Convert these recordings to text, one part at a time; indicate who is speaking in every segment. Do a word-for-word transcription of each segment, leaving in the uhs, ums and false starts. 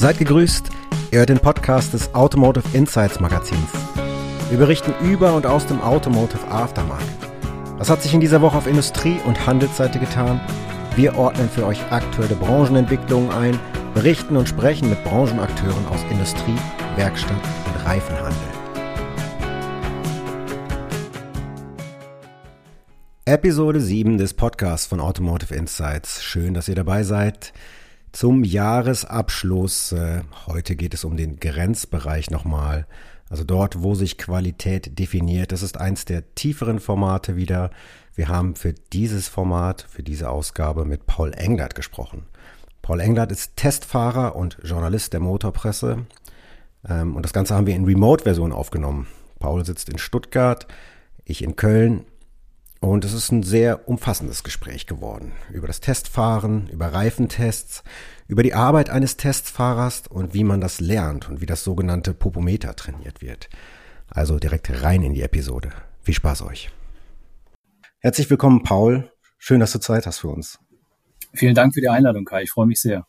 Speaker 1: Seid gegrüßt, ihr hört den Podcast des Automotive Insights Magazins. Wir berichten über und aus dem Automotive Aftermarket. Was hat sich in dieser Woche auf Industrie- und Handelsseite getan? Wir ordnen für euch aktuelle Branchenentwicklungen ein, berichten und sprechen mit Branchenakteuren aus Industrie, Werkstatt und Reifenhandel. Episode sieben des Podcasts von Automotive Insights. Schön, dass ihr dabei seid. Zum Jahresabschluss, äh, heute geht es um den Grenzbereich nochmal, also dort, wo sich Qualität definiert. Das ist eins der tieferen Formate wieder. Wir haben für dieses Format, für diese Ausgabe mit Paul Englert gesprochen. Paul Englert ist Testfahrer und Journalist der Motorpresse ähm, und das Ganze haben wir in Remote-Version aufgenommen. Paul sitzt in Stuttgart, ich in Köln. Und es ist ein sehr umfassendes Gespräch geworden über das Testfahren, über Reifentests, über die Arbeit eines Testfahrers und wie man das lernt und wie das sogenannte Popometer trainiert wird. Also direkt rein in die Episode. Viel Spaß euch. Herzlich willkommen, Paul. Schön, dass du Zeit hast für uns.
Speaker 2: Vielen Dank für die Einladung, Kai. Ich freue mich sehr.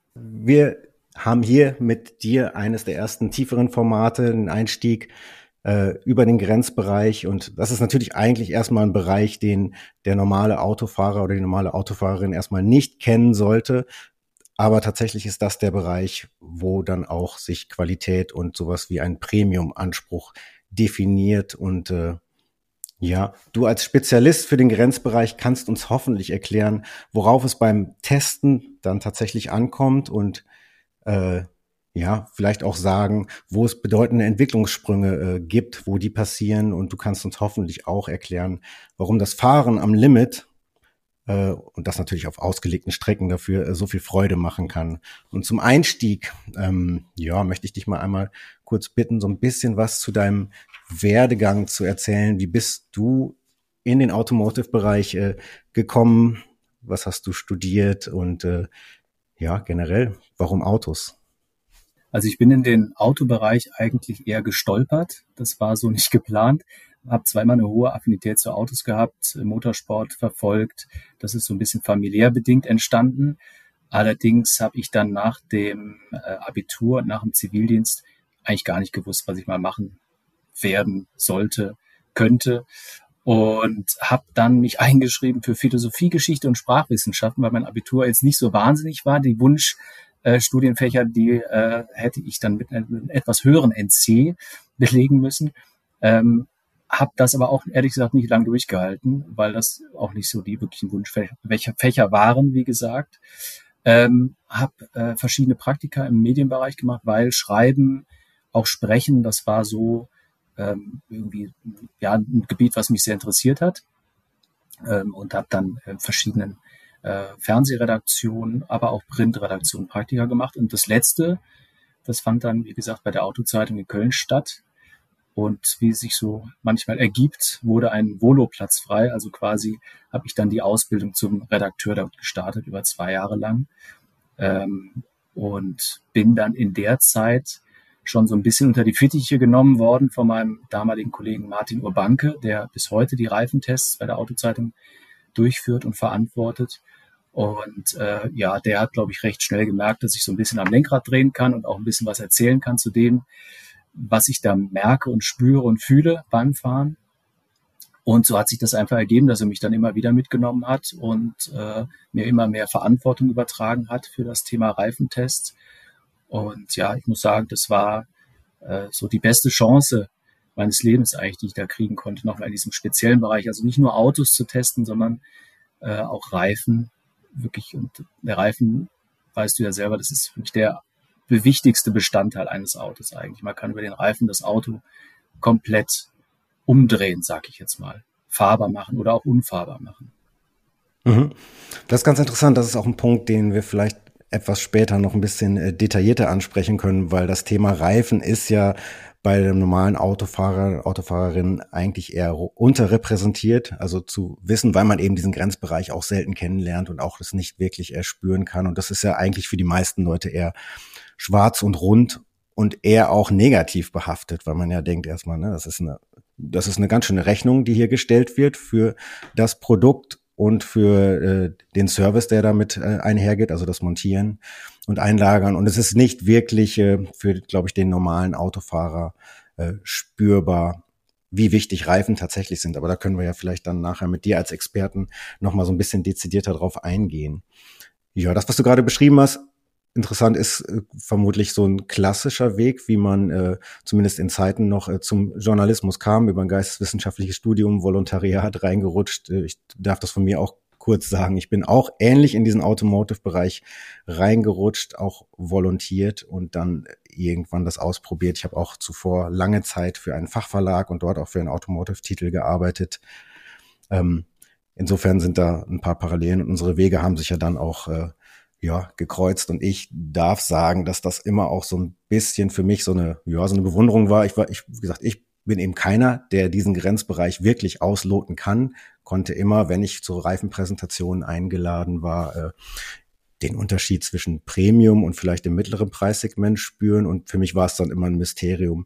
Speaker 1: Wir haben hier mit dir eines der ersten tieferen Formate, den Einstieg über den Grenzbereich, und das ist natürlich eigentlich erstmal ein Bereich, den der normale Autofahrer oder die normale Autofahrerin erstmal nicht kennen sollte, aber tatsächlich ist das der Bereich, wo dann auch sich Qualität und sowas wie ein Premium-Anspruch definiert. Und äh, ja, du als Spezialist für den Grenzbereich kannst uns hoffentlich erklären, worauf es beim Testen dann tatsächlich ankommt und äh, ja, vielleicht auch sagen, wo es bedeutende Entwicklungssprünge äh, gibt, wo die passieren, und du kannst uns hoffentlich auch erklären, warum das Fahren am Limit äh, und das natürlich auf ausgelegten Strecken dafür äh, so viel Freude machen kann. Und zum Einstieg, ähm, ja, möchte ich dich mal einmal kurz bitten, so ein bisschen was zu deinem Werdegang zu erzählen. Wie bist du in den Automotive-Bereich äh, gekommen? Was hast du studiert? Und äh, ja, generell, warum Autos?
Speaker 2: Also ich bin in den Autobereich eigentlich eher gestolpert. Das war so nicht geplant. Habe zwar immer eine hohe Affinität zu Autos gehabt, Motorsport verfolgt. Das ist so ein bisschen familiär bedingt entstanden. Allerdings habe ich dann nach dem Abitur, nach dem Zivildienst eigentlich gar nicht gewusst, was ich mal machen werden sollte, könnte. Und habe dann mich eingeschrieben für Philosophie, Geschichte und Sprachwissenschaften, weil mein Abitur jetzt nicht so wahnsinnig war. Die Wunsch Äh, Studienfächer, die äh, hätte ich dann mit einem etwas höheren N C belegen müssen. Ähm, habe das aber auch ehrlich gesagt nicht lange durchgehalten, weil das auch nicht so die wirklichen Wunschfächer Fächer waren, wie gesagt. Ähm, habe äh, verschiedene Praktika im Medienbereich gemacht, weil Schreiben, auch Sprechen, das war so ähm, irgendwie ja ein Gebiet, was mich sehr interessiert hat. Ähm, und habe dann äh, verschiedenen Äh, Fernsehredaktion, aber auch Printredaktion Praktika gemacht. Und das letzte, das fand dann, wie gesagt, bei der Autozeitung in Köln statt. Und wie es sich so manchmal ergibt, wurde ein Volo-Platz frei. Also quasi habe ich dann die Ausbildung zum Redakteur dort gestartet, über zwei Jahre lang. Ähm, und bin dann in der Zeit schon so ein bisschen unter die Fittiche genommen worden von meinem damaligen Kollegen Martin Urbanke, der bis heute die Reifentests bei der Autozeitung durchführt und verantwortet. Und äh, ja, der hat, glaube ich, recht schnell gemerkt, dass ich so ein bisschen am Lenkrad drehen kann und auch ein bisschen was erzählen kann zu dem, was ich da merke und spüre und fühle beim Fahren. Und so hat sich das einfach ergeben, dass er mich dann immer wieder mitgenommen hat und äh, mir immer mehr Verantwortung übertragen hat für das Thema Reifentest. Und ja, ich muss sagen, das war äh, so die beste Chance meines Lebens eigentlich, die ich da kriegen konnte, noch in diesem speziellen Bereich. Also nicht nur Autos zu testen, sondern äh, auch Reifen. Wirklich, und der Reifen, weißt du ja selber, das ist wirklich der wichtigste Bestandteil eines Autos eigentlich. Man kann über den Reifen das Auto komplett umdrehen, sag ich jetzt mal. Fahrbar machen oder auch unfahrbar machen.
Speaker 1: Mhm. Das ist ganz interessant. Das ist auch ein Punkt, den wir vielleicht etwas später noch ein bisschen äh, detaillierter ansprechen können, weil das Thema Reifen ist ja bei dem normalen Autofahrer, Autofahrerin eigentlich eher unterrepräsentiert. Also zu wissen, weil man eben diesen Grenzbereich auch selten kennenlernt und auch das nicht wirklich erspüren kann. Und das ist ja eigentlich für die meisten Leute eher schwarz und rund und eher auch negativ behaftet, weil man ja denkt erstmal, ne, das ist eine, das ist eine ganz schöne Rechnung, die hier gestellt wird für das Produkt. und für äh, den Service, der damit äh, einhergeht, also das Montieren und Einlagern. Und es ist nicht wirklich äh, für, glaube ich, den normalen Autofahrer äh, spürbar, wie wichtig Reifen tatsächlich sind. Aber da können wir ja vielleicht dann nachher mit dir als Experten nochmal so ein bisschen dezidierter drauf eingehen. Ja, das, was du gerade beschrieben hast, interessant ist äh, vermutlich so ein klassischer Weg, wie man äh, zumindest in Zeiten noch äh, zum Journalismus kam, über ein geisteswissenschaftliches Studium, Volontariat reingerutscht. Äh, ich darf das von mir auch kurz sagen. Ich bin auch ähnlich in diesen Automotive-Bereich reingerutscht, auch volontiert und dann irgendwann das ausprobiert. Ich habe auch zuvor lange Zeit für einen Fachverlag und dort auch für einen Automotive-Titel gearbeitet. Ähm, insofern sind da ein paar Parallelen und unsere Wege haben sich ja dann auch äh, ja, gekreuzt, und ich darf sagen, dass das immer auch so ein bisschen für mich so eine, ja, so eine Bewunderung war. Ich war, ich, wie gesagt, ich bin eben keiner, der diesen Grenzbereich wirklich ausloten kann, konnte immer, wenn ich zu Reifenpräsentationen eingeladen war, äh, den Unterschied zwischen Premium und vielleicht dem mittleren Preissegment spüren, und für mich war es dann immer ein Mysterium,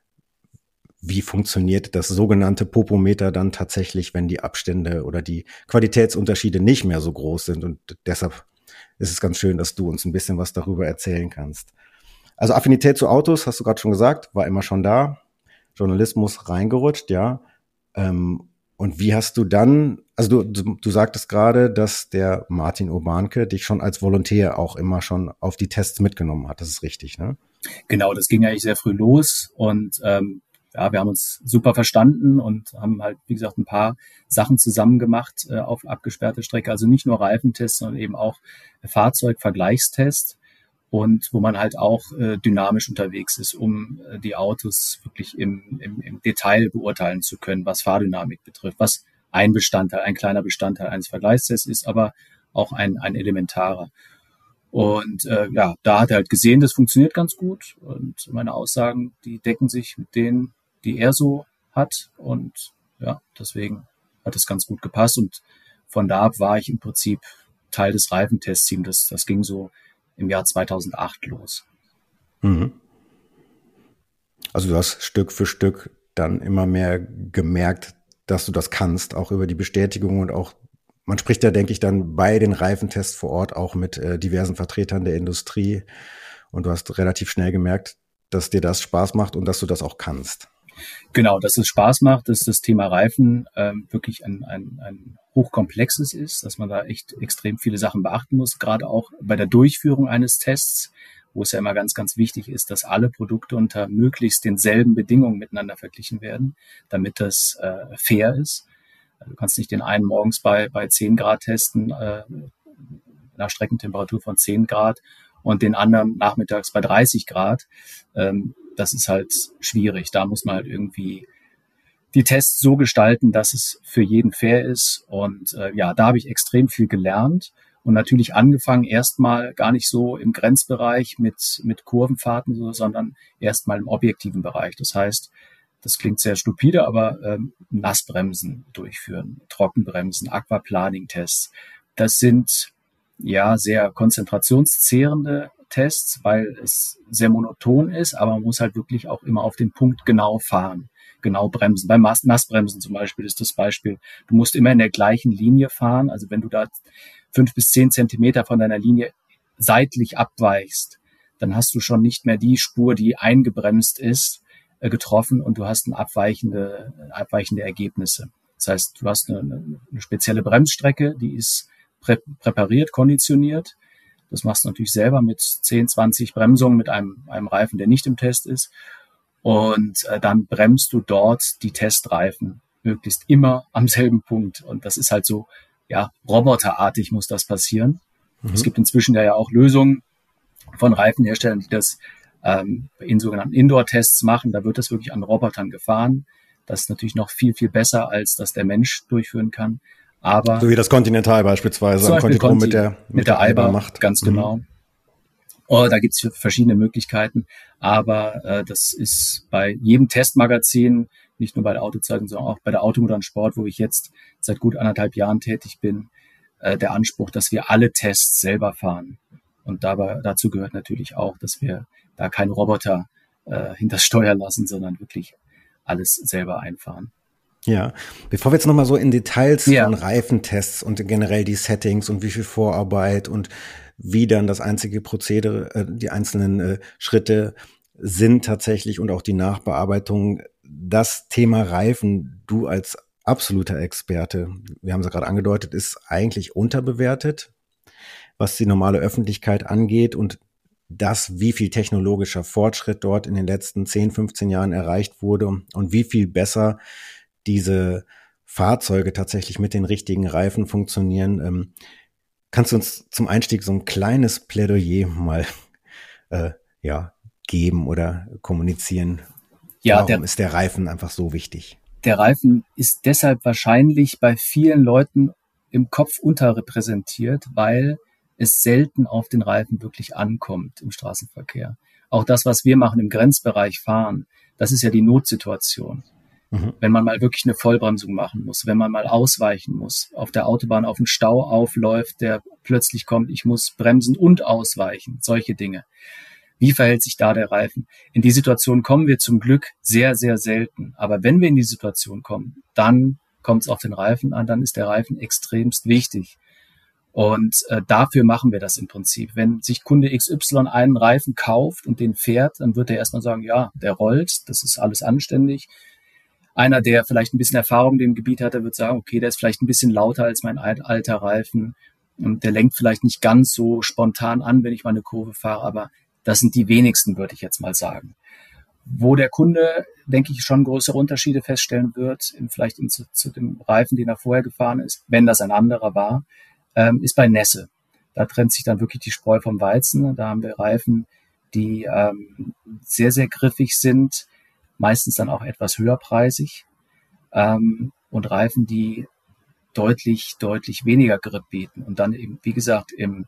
Speaker 1: wie funktioniert das sogenannte Popometer dann tatsächlich, wenn die Abstände oder die Qualitätsunterschiede nicht mehr so groß sind, und deshalb ist es ganz schön, dass du uns ein bisschen was darüber erzählen kannst. Also Affinität zu Autos, hast du gerade schon gesagt, war immer schon da. Journalismus reingerutscht, ja. Ähm, und wie hast du dann, also du, du, du sagtest gerade, dass der Martin Urbanke dich schon als Volontär auch immer schon auf die Tests mitgenommen hat. Das ist richtig, ne?
Speaker 2: Genau, das ging eigentlich sehr früh los, und ähm, ja, wir haben uns super verstanden und haben halt, wie gesagt, ein paar Sachen zusammen gemacht äh, auf abgesperrte Strecke. Also nicht nur Reifentests, sondern eben auch Fahrzeugvergleichstests, und wo man halt auch äh, dynamisch unterwegs ist, um äh, die Autos wirklich im, im, im Detail beurteilen zu können, was Fahrdynamik betrifft, was ein Bestandteil, ein kleiner Bestandteil eines Vergleichstests ist, aber auch ein, ein elementarer. Und äh, ja, da hat er halt gesehen, das funktioniert ganz gut, und meine Aussagen, die decken sich mit denen, die er so hat, und ja, deswegen hat es ganz gut gepasst, und von da ab war ich im Prinzip Teil des Reifentestteams. Das, das ging so im Jahr zweitausendacht los.
Speaker 1: Mhm. Also du hast Stück für Stück dann immer mehr gemerkt, dass du das kannst, auch über die Bestätigung, und auch, man spricht ja, denke ich, dann bei den Reifentests vor Ort auch mit äh, diversen Vertretern der Industrie, und du hast relativ schnell gemerkt, dass dir das Spaß macht und dass du das auch kannst.
Speaker 2: Genau, dass es Spaß macht, dass das Thema Reifen ähm, wirklich ein, ein, ein hochkomplexes ist, dass man da echt extrem viele Sachen beachten muss, gerade auch bei der Durchführung eines Tests, wo es ja immer ganz, ganz wichtig ist, dass alle Produkte unter möglichst denselben Bedingungen miteinander verglichen werden, damit das äh, fair ist. Du kannst nicht den einen morgens bei, bei zehn Grad testen, äh, einer Streckentemperatur von zehn Grad, und den anderen nachmittags bei dreißig Grad. Ähm, das ist halt schwierig. Da muss man halt irgendwie die Tests so gestalten, dass es für jeden fair ist. Und äh, ja, da habe ich extrem viel gelernt, und natürlich angefangen erstmal gar nicht so im Grenzbereich mit, mit Kurvenfahrten, so, sondern erstmal im objektiven Bereich. Das heißt, das klingt sehr stupide, aber ähm, Nassbremsen durchführen, Trockenbremsen, Aquaplaning-Tests. Das sind ja sehr konzentrationszehrende Tests, weil es sehr monoton ist, aber man muss halt wirklich auch immer auf den Punkt genau fahren, genau bremsen. Beim Nassbremsen zum Beispiel ist das Beispiel, du musst immer in der gleichen Linie fahren. Also wenn du da fünf bis zehn Zentimeter von deiner Linie seitlich abweichst, dann hast du schon nicht mehr die Spur, die eingebremst ist, äh, getroffen, und du hast eine abweichende, abweichende Ergebnisse. Das heißt, du hast eine, eine spezielle Bremsstrecke, die ist prä präpariert, konditioniert. Das machst du natürlich selber mit zehn, zwanzig Bremsungen mit einem, einem Reifen, der nicht im Test ist. Und äh, dann bremst du dort die Testreifen möglichst immer am selben Punkt. Und das ist halt so, ja, roboterartig muss das passieren. Mhm. Es gibt inzwischen ja, ja auch Lösungen von Reifenherstellern, die das ähm, in sogenannten Indoor-Tests machen. Da wird das wirklich an Robotern gefahren. Das ist natürlich noch viel, viel besser, als das der Mensch durchführen kann. Aber
Speaker 1: so wie das Continental beispielsweise am Kontinentrum mit der, mit,
Speaker 2: mit der, der Eiber
Speaker 1: macht.
Speaker 2: Ganz genau. Mhm. Oh, da gibt's verschiedene Möglichkeiten, aber äh, das ist bei jedem Testmagazin, nicht nur bei der Autozeitung, sondern auch bei der Automotor und Sport, wo ich jetzt seit gut anderthalb Jahren tätig bin, äh, der Anspruch, dass wir alle Tests selber fahren. Und dabei, dazu gehört natürlich auch, dass wir da keine Roboter äh, hinter das Steuer lassen, sondern wirklich alles selber einfahren.
Speaker 1: Ja, bevor wir jetzt nochmal so in Details
Speaker 2: Ja.
Speaker 1: von Reifentests und generell die Settings und wie viel Vorarbeit und wie dann das einzige Prozedere, äh, die einzelnen äh, Schritte sind tatsächlich und auch die Nachbearbeitung, das Thema Reifen, du als absoluter Experte, wir haben es ja gerade angedeutet, ist eigentlich unterbewertet, was die normale Öffentlichkeit angeht und das, wie viel technologischer Fortschritt dort in den letzten zehn, fünfzehn Jahren erreicht wurde und wie viel besser diese Fahrzeuge tatsächlich mit den richtigen Reifen funktionieren. Ähm, kannst du uns zum Einstieg so ein kleines Plädoyer mal äh, ja, geben oder kommunizieren?
Speaker 2: Ja,
Speaker 1: Warum
Speaker 2: der,
Speaker 1: ist der Reifen einfach so wichtig?
Speaker 2: der Reifen ist deshalb wahrscheinlich bei vielen Leuten im Kopf unterrepräsentiert, weil es selten auf den Reifen wirklich ankommt im Straßenverkehr. Auch das, was wir machen im Grenzbereich fahren, das ist ja die Notsituation. Mhm. Wenn man mal wirklich eine Vollbremsung machen muss, wenn man mal ausweichen muss, auf der Autobahn auf einen Stau aufläuft, der plötzlich kommt, ich muss bremsen und ausweichen, solche Dinge. Wie verhält sich da der Reifen? In die Situation kommen wir zum Glück sehr, sehr selten. Aber wenn wir in die Situation kommen, dann kommt es auf den Reifen an, dann ist der Reifen extremst wichtig. Und äh, dafür machen wir das im Prinzip. Wenn sich Kunde X Y einen Reifen kauft und den fährt, dann wird er erstmal sagen, ja, der rollt, das ist alles anständig. Einer, der vielleicht ein bisschen Erfahrung in dem Gebiet hat, der wird sagen, okay, der ist vielleicht ein bisschen lauter als mein alter Reifen. Und der lenkt vielleicht nicht ganz so spontan an, wenn ich mal eine Kurve fahre, aber das sind die wenigsten, würde ich jetzt mal sagen. Wo der Kunde, denke ich, schon größere Unterschiede feststellen wird, vielleicht zu, zu dem Reifen, den er vorher gefahren ist, wenn das ein anderer war, ähm, ist bei Nässe. Da trennt sich dann wirklich die Spreu vom Weizen. Da haben wir Reifen, die ähm, sehr, sehr griffig sind, meistens dann auch etwas höherpreisig ähm, und Reifen, die deutlich, deutlich weniger Grip bieten und dann eben, wie gesagt, im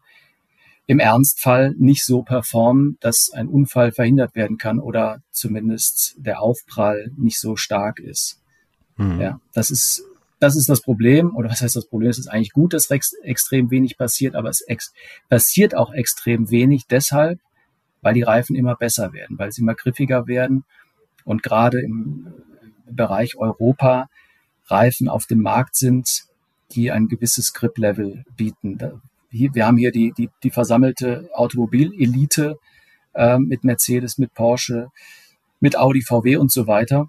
Speaker 2: im Ernstfall nicht so performen, dass ein Unfall verhindert werden kann oder zumindest der Aufprall nicht so stark ist. Mhm. Ja, das ist, das ist das Problem. Oder was heißt das Problem? Es ist eigentlich gut, dass ex- extrem wenig passiert, aber es ex- passiert auch extrem wenig deshalb, weil die Reifen immer besser werden, weil sie immer griffiger werden und gerade im Bereich Europa Reifen auf dem Markt sind, die ein gewisses Grip-Level bieten. Hier, wir haben hier die, die, die versammelte Automobilelite äh, mit Mercedes, mit Porsche, mit Audi, V W und so weiter,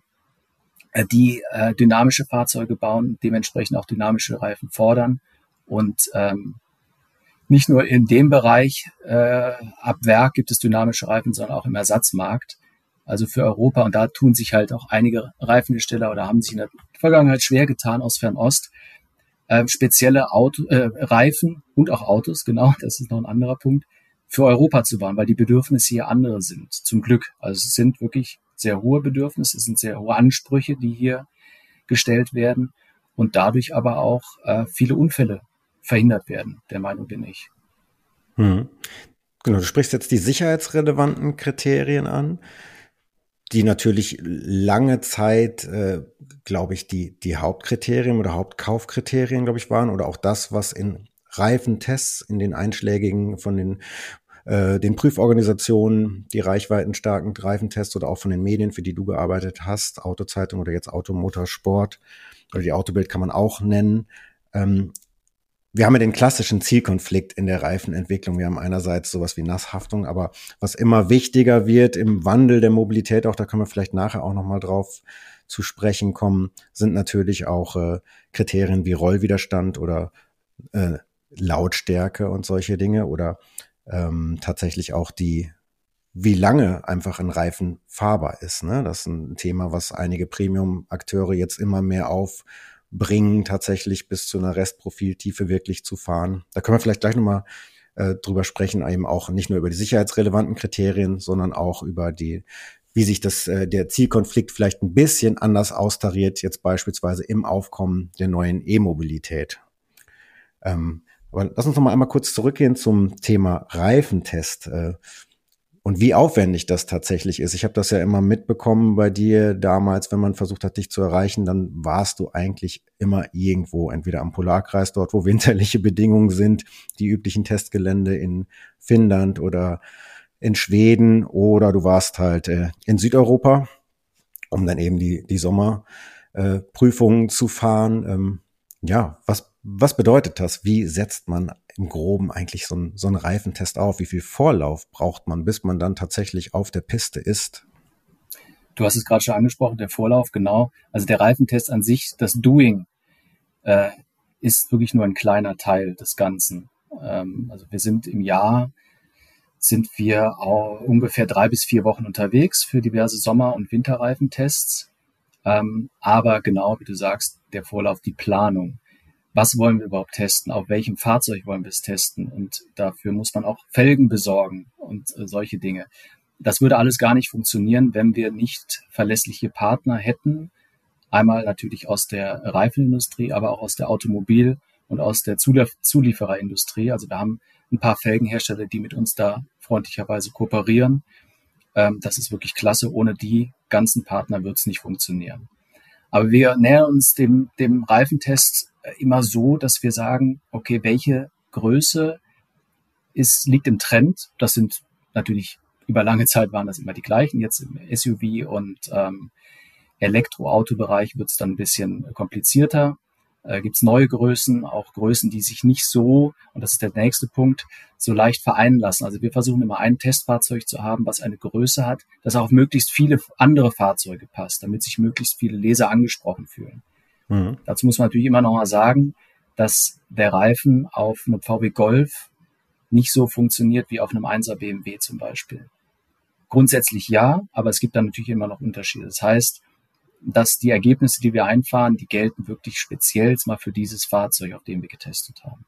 Speaker 2: äh, die äh, dynamische Fahrzeuge bauen, dementsprechend auch dynamische Reifen fordern. Und ähm, nicht nur in dem Bereich äh, ab Werk gibt es dynamische Reifen, sondern auch im Ersatzmarkt. Also für Europa. Und da tun sich halt auch einige Reifenhersteller oder haben sich in der Vergangenheit schwer getan aus Fernost, Äh, spezielle Auto, äh, Reifen und auch Autos, genau, das ist noch ein anderer Punkt, für Europa zu bauen, weil die Bedürfnisse hier andere sind, zum Glück. Also es sind wirklich sehr hohe Bedürfnisse, es sind sehr hohe Ansprüche, die hier gestellt werden und dadurch aber auch äh, viele Unfälle verhindert werden, der Meinung bin ich.
Speaker 1: Hm. Genau, du sprichst jetzt die sicherheitsrelevanten Kriterien an, die natürlich lange Zeit, äh, glaube ich, die die Hauptkriterien oder Hauptkaufkriterien, glaube ich, waren oder auch das, was in Reifentests in den einschlägigen von den äh, den Prüforganisationen, die reichweitenstarken Reifentests oder auch von den Medien, für die du gearbeitet hast, Autozeitung oder jetzt Automotorsport oder die Autobild kann man auch nennen. Ähm, Wir haben ja den klassischen Zielkonflikt in der Reifenentwicklung. Wir haben einerseits sowas wie Nasshaftung, aber was immer wichtiger wird im Wandel der Mobilität, auch da können wir vielleicht nachher auch nochmal drauf zu sprechen kommen, sind natürlich auch äh, Kriterien wie Rollwiderstand oder äh, Lautstärke und solche Dinge oder ähm, tatsächlich auch die, wie lange einfach ein Reifen fahrbar ist. Ne? Das ist ein Thema, was einige Premium-Akteure jetzt immer mehr auf bringen, tatsächlich bis zu einer Restprofiltiefe wirklich zu fahren. Da können wir vielleicht gleich nochmal äh, drüber sprechen, eben auch nicht nur über die sicherheitsrelevanten Kriterien, sondern auch über die, wie sich das äh, der Zielkonflikt vielleicht ein bisschen anders austariert, jetzt beispielsweise im Aufkommen der neuen E-Mobilität. Ähm, aber lass uns noch mal einmal kurz zurückgehen zum Thema Reifentest. Äh, Und wie aufwendig das tatsächlich ist. Ich habe das ja immer mitbekommen bei dir damals, wenn man versucht hat, dich zu erreichen, dann warst du eigentlich immer irgendwo, entweder am Polarkreis, dort wo winterliche Bedingungen sind, die üblichen Testgelände in Finnland oder in Schweden, oder du warst halt äh, in Südeuropa, um dann eben die die Sommer äh, Prüfungen zu fahren. Ähm, ja, was, was bedeutet das? Wie setzt man im Groben eigentlich so, ein, so einen Reifentest auf? Wie viel Vorlauf braucht man, bis man dann tatsächlich auf der Piste ist?
Speaker 2: Du hast es gerade schon angesprochen, der Vorlauf, genau. Also der Reifentest an sich, das Doing, äh, ist wirklich nur ein kleiner Teil des Ganzen. Ähm, also wir sind im Jahr, sind wir auch ungefähr drei bis vier Wochen unterwegs für diverse Sommer- und Winterreifentests. Ähm, aber genau, wie du sagst, der Vorlauf, die Planung. Was wollen wir überhaupt testen? Auf welchem Fahrzeug wollen wir es testen? Und dafür muss man auch Felgen besorgen und äh, solche Dinge. Das würde alles gar nicht funktionieren, wenn wir nicht verlässliche Partner hätten. Einmal natürlich aus der Reifenindustrie, aber auch aus der Automobil- und aus der Zuliefer- Zuliefererindustrie. Also wir haben ein paar Felgenhersteller, die mit uns da freundlicherweise kooperieren. Ähm, das ist wirklich klasse. Ohne die ganzen Partner wird es nicht funktionieren. Aber wir nähern uns dem, dem Reifentest immer so, dass wir sagen, okay, welche Größe ist, liegt im Trend? Das sind natürlich, über lange Zeit waren das immer die gleichen. Jetzt im S U V und ähm, Elektroautobereich wird es dann ein bisschen komplizierter. Äh, Gibt es neue Größen, auch Größen, die sich nicht so, und das ist der nächste Punkt, so leicht vereinen lassen. Also wir versuchen immer ein Testfahrzeug zu haben, was eine Größe hat, das auch auf möglichst viele andere Fahrzeuge passt, damit sich möglichst viele Leser angesprochen fühlen. Mhm. Dazu muss man natürlich immer noch mal sagen, dass der Reifen auf einem V W Golf nicht so funktioniert wie auf einem einser B M W zum Beispiel. Grundsätzlich ja, aber es gibt dann natürlich immer noch Unterschiede. Das heißt, dass die Ergebnisse, die wir einfahren, die gelten wirklich speziell mal für dieses Fahrzeug, auf dem wir getestet haben.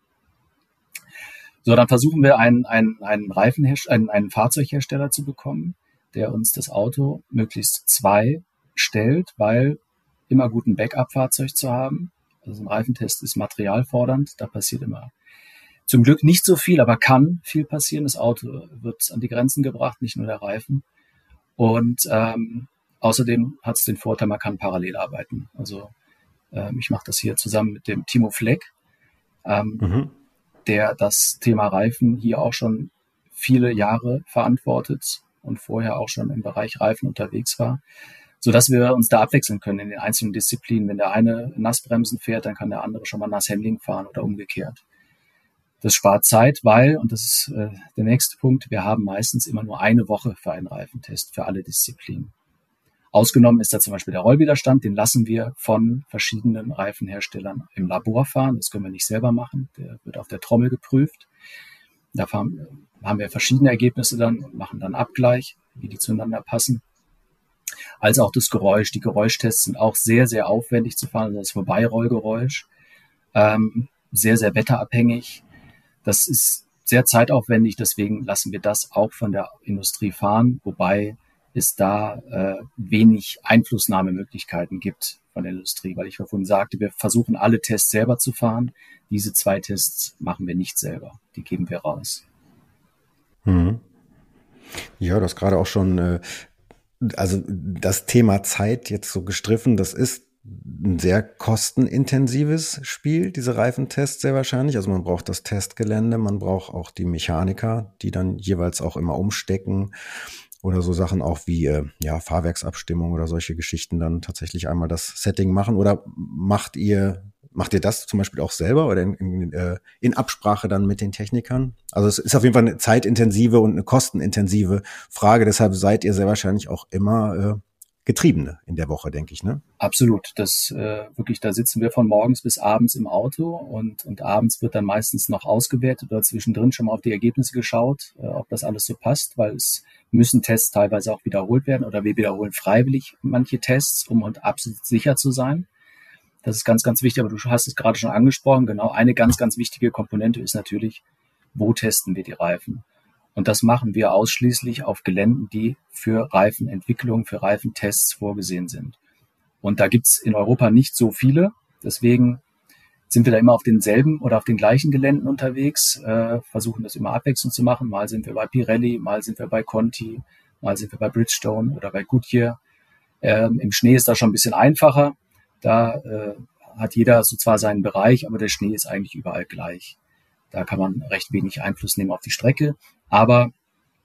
Speaker 2: So, dann versuchen wir einen, einen, einen, Reifenherst- einen, einen Fahrzeughersteller zu bekommen, der uns das Auto möglichst zwei stellt, weil immer gut ein Backup-Fahrzeug zu haben. Also ein Reifentest ist materialfordernd, da passiert immer zum Glück nicht so viel, aber kann viel passieren. Das Auto wird an die Grenzen gebracht, nicht nur der Reifen. Und ähm, außerdem hat es den Vorteil, man kann parallel arbeiten. Also ähm, ich mache das hier zusammen mit dem Timo Fleck, ähm, mhm. der das Thema Reifen hier auch schon viele Jahre verantwortet und vorher auch schon im Bereich Reifen unterwegs war, sodass wir uns da abwechseln können in den einzelnen Disziplinen. Wenn der eine Nassbremsen fährt, dann kann der andere schon mal Nasshandling fahren oder umgekehrt. Das spart Zeit, weil, und das ist äh, der nächste Punkt, wir haben meistens immer nur eine Woche für einen Reifentest, für alle Disziplinen. Ausgenommen ist da zum Beispiel der Rollwiderstand, den lassen wir von verschiedenen Reifenherstellern im Labor fahren. Das können wir nicht selber machen, der wird auf der Trommel geprüft. Da fahren, haben wir verschiedene Ergebnisse dann, machen dann Abgleich, wie die zueinander passen. Als auch das Geräusch. Die Geräuschtests sind auch sehr, sehr aufwendig zu fahren, also das Vorbeirollgeräusch. Ähm, sehr, sehr wetterabhängig. Das ist sehr zeitaufwendig, deswegen lassen wir das auch von der Industrie fahren, wobei es da äh, wenig Einflussnahmemöglichkeiten gibt von der Industrie, weil ich vorhin sagte, wir versuchen alle Tests selber zu fahren. Diese zwei Tests machen wir nicht selber, die geben wir raus.
Speaker 1: Mhm. Ja, du hast gerade auch schon, äh, also das Thema Zeit jetzt so gestriffen, das ist ein sehr kostenintensives Spiel, diese Reifentests sehr wahrscheinlich. Also man braucht das Testgelände, man braucht auch die Mechaniker, die dann jeweils auch immer umstecken oder so Sachen auch wie äh, ja Fahrwerksabstimmung oder solche Geschichten dann tatsächlich einmal das Setting machen. Oder macht ihr macht ihr das zum Beispiel auch selber oder in, in, äh, in Absprache dann mit den Technikern? Also es ist auf jeden Fall eine zeitintensive und eine kostenintensive Frage. Deshalb seid ihr sehr wahrscheinlich auch immer äh, Getriebene in der Woche, denke ich, ne?
Speaker 2: Absolut. Das äh, wirklich, da sitzen wir von morgens bis abends im Auto und und abends wird dann meistens noch ausgewertet oder zwischendrin schon mal auf die Ergebnisse geschaut, äh, ob das alles so passt, weil es müssen Tests teilweise auch wiederholt werden oder wir wiederholen freiwillig manche Tests, um und absolut sicher zu sein. Das ist ganz, ganz wichtig, aber du hast es gerade schon angesprochen. Genau, eine ganz, ganz wichtige Komponente ist natürlich, wo testen wir die Reifen? Und das machen wir ausschließlich auf Geländen, die für Reifenentwicklung, für Reifentests vorgesehen sind. Und da gibt's in Europa nicht so viele. Deswegen sind wir da immer auf denselben oder auf den gleichen Geländen unterwegs, äh, versuchen das immer abwechselnd zu machen. Mal sind wir bei Pirelli, mal sind wir bei Conti, mal sind wir bei Bridgestone oder bei Goodyear. Ähm, Im Schnee ist das schon ein bisschen einfacher. Da äh, hat jeder so zwar seinen Bereich, aber der Schnee ist eigentlich überall gleich. Da kann man recht wenig Einfluss nehmen auf die Strecke. Aber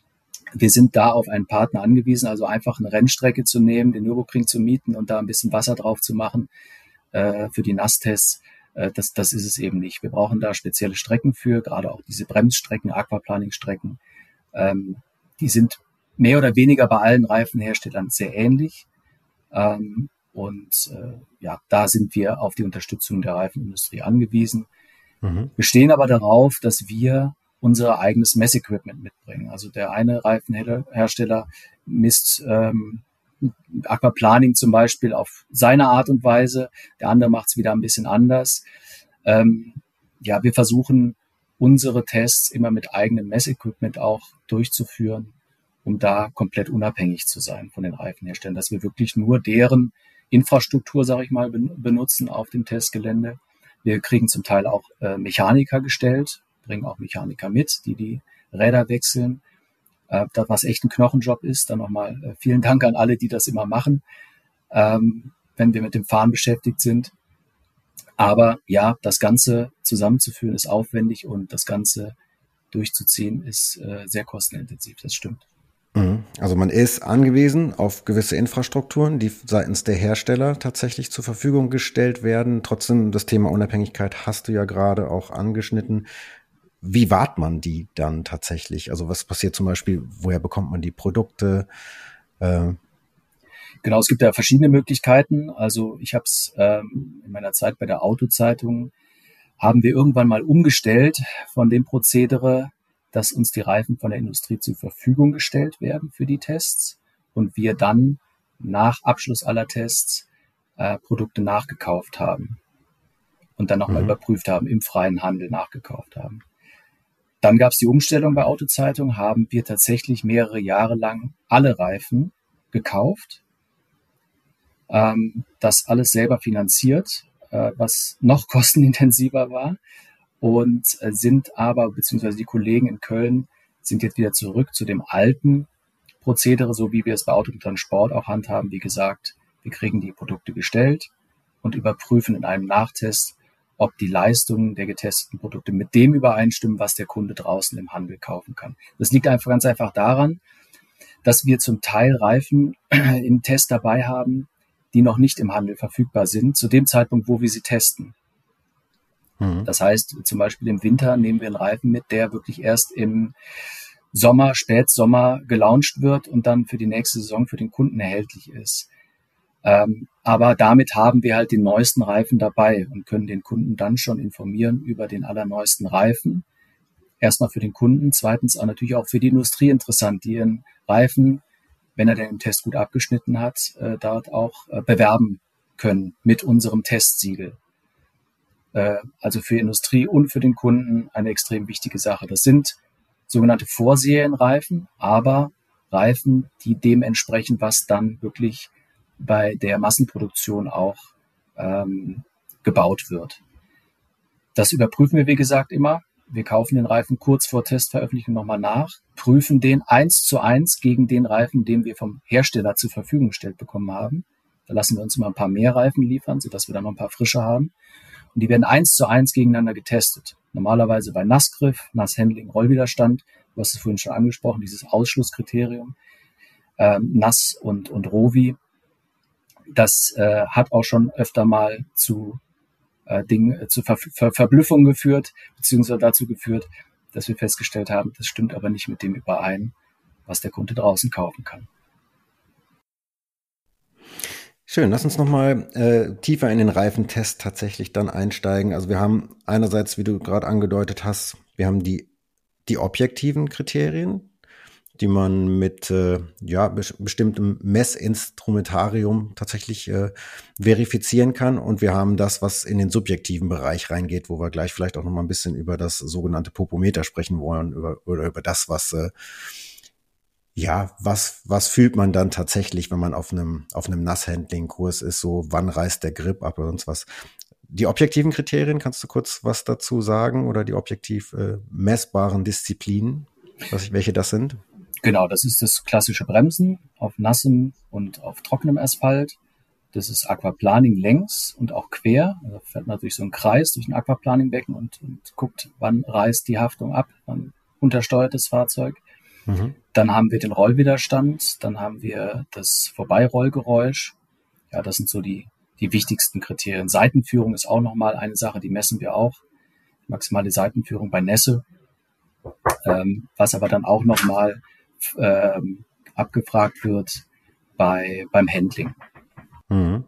Speaker 2: wir sind da auf einen Partner angewiesen, also einfach eine Rennstrecke zu nehmen, den Nürburgring zu mieten und da ein bisschen Wasser drauf zu machen äh, für die Nasstests. Äh, das, das ist es eben nicht. Wir brauchen da spezielle Strecken für, gerade auch diese Bremsstrecken, Aquaplaning-Strecken. Ähm, die sind mehr oder weniger bei allen Reifenherstellern sehr ähnlich. Ähm, und äh, ja, da sind wir auf die Unterstützung der Reifenindustrie angewiesen. Mhm. Wir stehen aber darauf, dass wir unser eigenes Messequipment mitbringen. Also der eine Reifenhersteller misst ähm, Aquaplaning zum Beispiel auf seine Art und Weise, der andere macht es wieder ein bisschen anders. Ähm, ja, wir versuchen unsere Tests immer mit eigenem Messequipment auch durchzuführen, um da komplett unabhängig zu sein von den Reifenherstellern, dass wir wirklich nur deren Infrastruktur, sage ich mal, benutzen auf dem Testgelände. Wir kriegen zum Teil auch äh, Mechaniker gestellt, bringen auch Mechaniker mit, die die Räder wechseln. Äh, das, was echt ein Knochenjob ist, dann nochmal äh, vielen Dank an alle, die das immer machen, ähm, wenn wir mit dem Fahren beschäftigt sind. Aber ja, das Ganze zusammenzuführen ist aufwendig und das Ganze durchzuziehen ist äh, sehr kostenintensiv, das stimmt.
Speaker 1: Also man ist angewiesen auf gewisse Infrastrukturen, die seitens der Hersteller tatsächlich zur Verfügung gestellt werden. Trotzdem, das Thema Unabhängigkeit hast du ja gerade auch angeschnitten. Wie wahrt man die dann tatsächlich? Also was passiert zum Beispiel, woher bekommt man die Produkte? Äh
Speaker 2: Genau, es gibt ja verschiedene Möglichkeiten. Also ich habe es ähm, in meiner Zeit bei der Autozeitung, haben wir irgendwann mal umgestellt von dem Prozedere, dass uns die Reifen von der Industrie zur Verfügung gestellt werden für die Tests und wir dann nach Abschluss aller Tests äh, Produkte nachgekauft haben und dann nochmal mhm. überprüft haben, im freien Handel nachgekauft haben. Dann gab es die Umstellung bei Autozeitung, haben wir tatsächlich mehrere Jahre lang alle Reifen gekauft, ähm, das alles selber finanziert, äh, was noch kostenintensiver war. Und sind aber, beziehungsweise die Kollegen in Köln sind jetzt wieder zurück zu dem alten Prozedere, so wie wir es bei Autotransport auch handhaben. Wie gesagt, wir kriegen die Produkte gestellt und überprüfen in einem Nachtest, ob die Leistungen der getesteten Produkte mit dem übereinstimmen, was der Kunde draußen im Handel kaufen kann. Das liegt einfach ganz einfach daran, dass wir zum Teil Reifen im Test dabei haben, die noch nicht im Handel verfügbar sind, zu dem Zeitpunkt, wo wir sie testen. Das heißt, zum Beispiel im Winter nehmen wir einen Reifen mit, der wirklich erst im Sommer, Spätsommer gelauncht wird und dann für die nächste Saison für den Kunden erhältlich ist. Ähm, aber damit haben wir halt den neuesten Reifen dabei und können den Kunden dann schon informieren über den allerneuesten Reifen. Erstmal für den Kunden, zweitens auch natürlich auch für die Industrie interessant, die ihren Reifen, wenn er denn im Test gut abgeschnitten hat, äh, dort auch äh, bewerben können mit unserem Testsiegel. Also für Industrie und für den Kunden eine extrem wichtige Sache. Das sind sogenannte Vorserienreifen, aber Reifen, die dem entsprechen, was dann wirklich bei der Massenproduktion auch ähm, gebaut wird. Das überprüfen wir, wie gesagt, immer. Wir kaufen den Reifen kurz vor Testveröffentlichung nochmal nach, prüfen den eins zu eins gegen den Reifen, den wir vom Hersteller zur Verfügung gestellt bekommen haben. Da lassen wir uns immer ein paar mehr Reifen liefern, sodass wir dann noch ein paar frische haben. Und die werden eins zu eins gegeneinander getestet. Normalerweise bei Nassgriff, Nasshandling, Rollwiderstand. Du hast es vorhin schon angesprochen, dieses Ausschlusskriterium. Ähm, Nass und, und Rovi. Das äh, hat auch schon öfter mal zu äh, Dingen, äh, zu Ver Ver Verblüffung geführt, beziehungsweise dazu geführt, dass wir festgestellt haben, das stimmt aber nicht mit dem überein, was der Kunde draußen kaufen kann.
Speaker 1: Schön, lass uns nochmal äh, tiefer in den Reifentest tatsächlich dann einsteigen. Also wir haben einerseits, wie du gerade angedeutet hast, wir haben die, die objektiven Kriterien, die man mit äh, ja, be bestimmtem Messinstrumentarium tatsächlich äh, verifizieren kann. Und wir haben das, was in den subjektiven Bereich reingeht, wo wir gleich vielleicht auch nochmal ein bisschen über das sogenannte Popometer sprechen wollen, über, oder über das, was äh, Ja, was, was fühlt man dann tatsächlich, wenn man auf einem, auf einem Nasshandling-Kurs ist? So, wann reißt der Grip ab oder sonst was? Die objektiven Kriterien, kannst du kurz was dazu sagen? Oder die objektiv äh, messbaren Disziplinen, was, welche das sind?
Speaker 2: Genau, das ist das klassische Bremsen auf nassem und auf trockenem Asphalt. Das ist Aquaplaning längs und auch quer. Also fährt man durch so einen Kreis, durch ein Aquaplaning-Becken und, und guckt, wann reißt die Haftung ab, wann untersteuert das Fahrzeug. Mhm. Dann haben wir den Rollwiderstand, dann haben wir das Vorbeirollgeräusch. Ja, das sind so die, die wichtigsten Kriterien. Seitenführung ist auch nochmal eine Sache, die messen wir auch. Maximale Seitenführung bei Nässe. Ähm, was aber dann auch nochmal ähm, abgefragt wird bei, beim Handling.
Speaker 1: Mhm.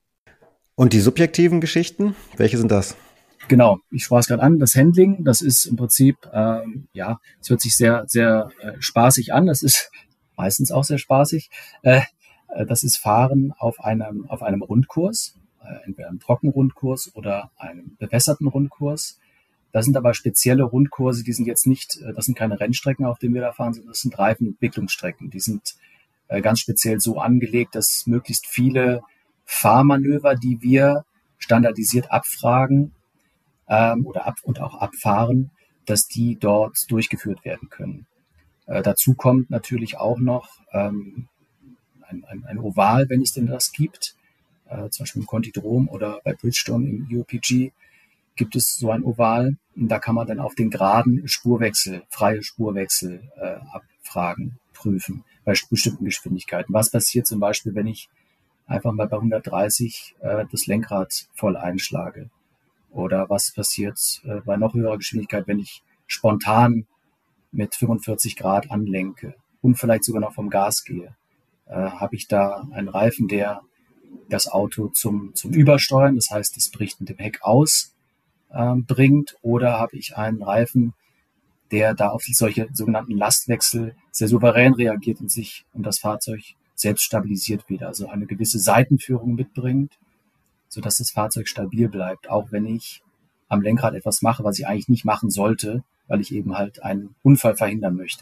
Speaker 1: Und die subjektiven Geschichten, welche sind das?
Speaker 2: Genau, ich sprach es gerade an, das Handling, das ist im Prinzip, ähm, ja, es hört sich sehr, sehr äh, spaßig an, das ist meistens auch sehr spaßig. Äh, das ist Fahren auf einem, auf einem Rundkurs, äh, entweder einem Trockenrundkurs oder einem bewässerten Rundkurs. Das sind aber spezielle Rundkurse, die sind jetzt nicht, das sind keine Rennstrecken, auf denen wir da fahren, sondern das sind Reifenentwicklungsstrecken. Die sind äh, ganz speziell so angelegt, dass möglichst viele Fahrmanöver, die wir standardisiert abfragen, ähm, oder ab und auch abfahren, dass die dort durchgeführt werden können. Äh, dazu kommt natürlich auch noch ähm, ein, ein, ein Oval, wenn es denn das gibt, äh, zum Beispiel im Contidrom oder bei Bridgestone im U P G gibt es so ein Oval. Und da kann man dann auf den Geraden Spurwechsel, freie Spurwechsel äh, abfragen, prüfen bei bestimmten Geschwindigkeiten. Was passiert zum Beispiel, wenn ich einfach mal bei hundertdreißig äh, das Lenkrad voll einschlage? Oder was passiert äh, bei noch höherer Geschwindigkeit, wenn ich spontan mit fünfundvierzig Grad anlenke und vielleicht sogar noch vom Gas gehe? Äh, habe ich da einen Reifen, der das Auto zum, zum Übersteuern, das heißt, es bricht mit dem Heck aus, äh, bringt? Oder habe ich einen Reifen, der da auf solche sogenannten Lastwechsel sehr souverän reagiert und sich und das Fahrzeug selbst stabilisiert wieder, also eine gewisse Seitenführung mitbringt, sodass das Fahrzeug stabil bleibt, auch wenn ich am Lenkrad etwas mache, was ich eigentlich nicht machen sollte, weil ich eben halt einen Unfall verhindern möchte.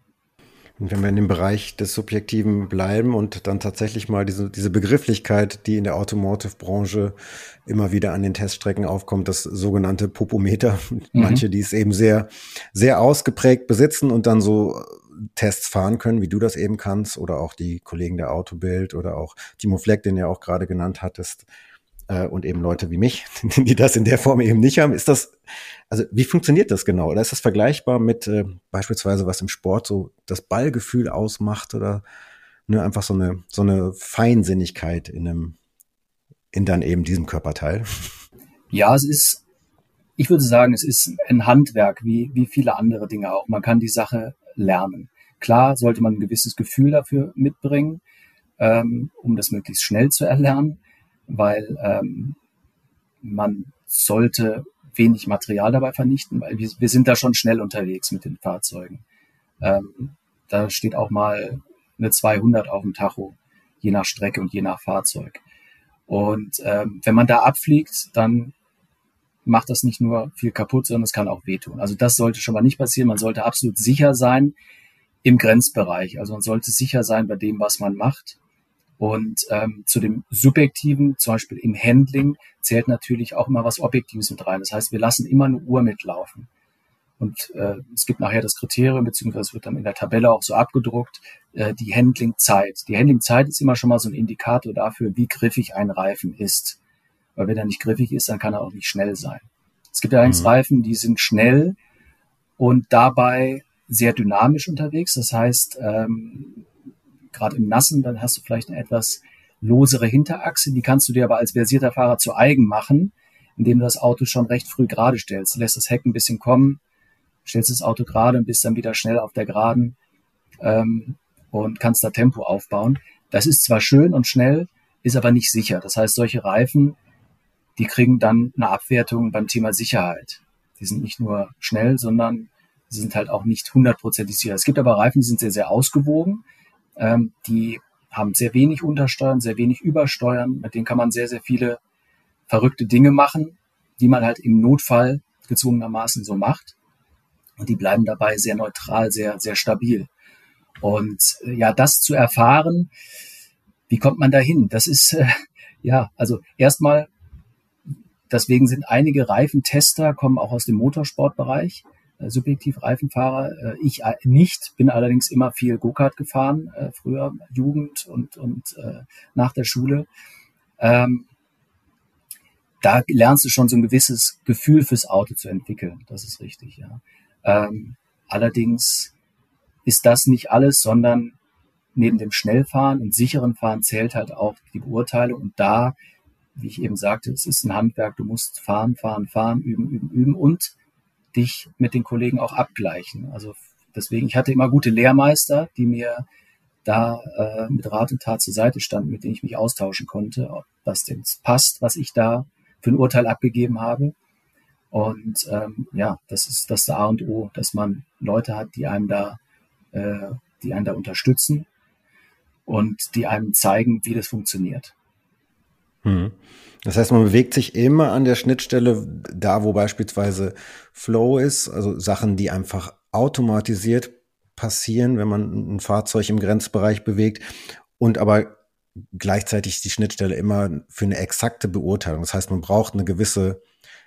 Speaker 1: Und wenn wir in dem Bereich des Subjektiven bleiben und dann tatsächlich mal diese, diese Begrifflichkeit, die in der Automotive-Branche immer wieder an den Teststrecken aufkommt, das sogenannte Popometer. Mhm. Manche, die es eben sehr, sehr ausgeprägt besitzen und dann so Tests fahren können, wie du das eben kannst, oder auch die Kollegen der Autobild oder auch Timo Fleck, den du ja auch gerade genannt hattest, äh, und eben Leute wie mich, die das in der Form eben nicht haben. Ist das, also wie funktioniert das genau? Oder ist das vergleichbar mit äh, beispielsweise, was im Sport so das Ballgefühl ausmacht, oder ne, einfach so eine so eine Feinsinnigkeit in einem, in dann eben diesem Körperteil?
Speaker 2: Ja, es ist, ich würde sagen, es ist ein Handwerk, wie, wie viele andere Dinge auch. Man kann die Sache lernen. Klar sollte man ein gewisses Gefühl dafür mitbringen, ähm, um das möglichst schnell zu erlernen, weil ähm, man sollte wenig Material dabei vernichten, weil wir, wir sind da schon schnell unterwegs mit den Fahrzeugen. Ähm, da steht auch mal eine zweihundert auf dem Tacho, je nach Strecke und je nach Fahrzeug. Und ähm, wenn man da abfliegt, dann macht das nicht nur viel kaputt, sondern es kann auch wehtun. Also das sollte schon mal nicht passieren. Man sollte absolut sicher sein im Grenzbereich. Also man sollte sicher sein bei dem, was man macht. Und ähm, zu dem Subjektiven, zum Beispiel im Handling, zählt natürlich auch immer was Objektives mit rein. Das heißt, wir lassen immer eine Uhr mitlaufen. Und äh, es gibt nachher das Kriterium, beziehungsweise wird dann in der Tabelle auch so abgedruckt, äh, die Handlingzeit. Die Handlingzeit ist immer schon mal so ein Indikator dafür, wie griffig ein Reifen ist. Weil wenn er nicht griffig ist, dann kann er auch nicht schnell sein. Es gibt allerdings mhm. Reifen, die sind schnell und dabei sehr dynamisch unterwegs. Das heißt, ähm, gerade im Nassen, dann hast du vielleicht eine etwas losere Hinterachse. Die kannst du dir aber als versierter Fahrer zu eigen machen, indem du das Auto schon recht früh gerade stellst. Du lässt das Heck ein bisschen kommen, stellst das Auto gerade und bist dann wieder schnell auf der Geraden ähm, und kannst da Tempo aufbauen. Das ist zwar schön und schnell, ist aber nicht sicher. Das heißt, solche Reifen, die kriegen dann eine Abwertung beim Thema Sicherheit. Die sind nicht nur schnell, sondern sie sind halt auch nicht hundertprozentig sicher. Es gibt aber Reifen, die sind sehr, sehr ausgewogen. Ähm, die haben sehr wenig Untersteuern, sehr wenig Übersteuern. Mit denen kann man sehr, sehr viele verrückte Dinge machen, die man halt im Notfall gezwungenermaßen so macht. Und die bleiben dabei sehr neutral, sehr, sehr stabil. Und äh, ja, das zu erfahren, wie kommt man da hin? Das ist, äh, ja, also erstmal, deswegen sind einige Reifentester, kommen auch aus dem Motorsportbereich, äh, subjektiv Reifenfahrer. Äh, ich äh, nicht, bin allerdings immer viel Go-Kart gefahren, äh, früher Jugend und, und äh, nach der Schule. Ähm, da lernst du schon so ein gewisses Gefühl fürs Auto zu entwickeln. Das ist richtig, ja. Ähm, allerdings ist das nicht alles, sondern neben dem Schnellfahren und sicheren Fahren zählt halt auch die Beurteilung. Und da, wie ich eben sagte, es ist ein Handwerk, du musst fahren, fahren, fahren, üben, üben, üben und dich mit den Kollegen auch abgleichen. Also deswegen, ich hatte immer gute Lehrmeister, die mir da äh, mit Rat und Tat zur Seite standen, mit denen ich mich austauschen konnte, ob das denn passt, was ich da für ein Urteil abgegeben habe. Und ähm, ja, das ist das A und O, dass man Leute hat, die einem da, äh, die einen da unterstützen und die einem zeigen, wie das funktioniert.
Speaker 1: Hm. Das heißt, man bewegt sich immer an der Schnittstelle, da wo beispielsweise Flow ist, also Sachen, die einfach automatisiert passieren, wenn man ein Fahrzeug im Grenzbereich bewegt, und aber gleichzeitig die Schnittstelle immer für eine exakte Beurteilung. Das heißt, man braucht eine gewisse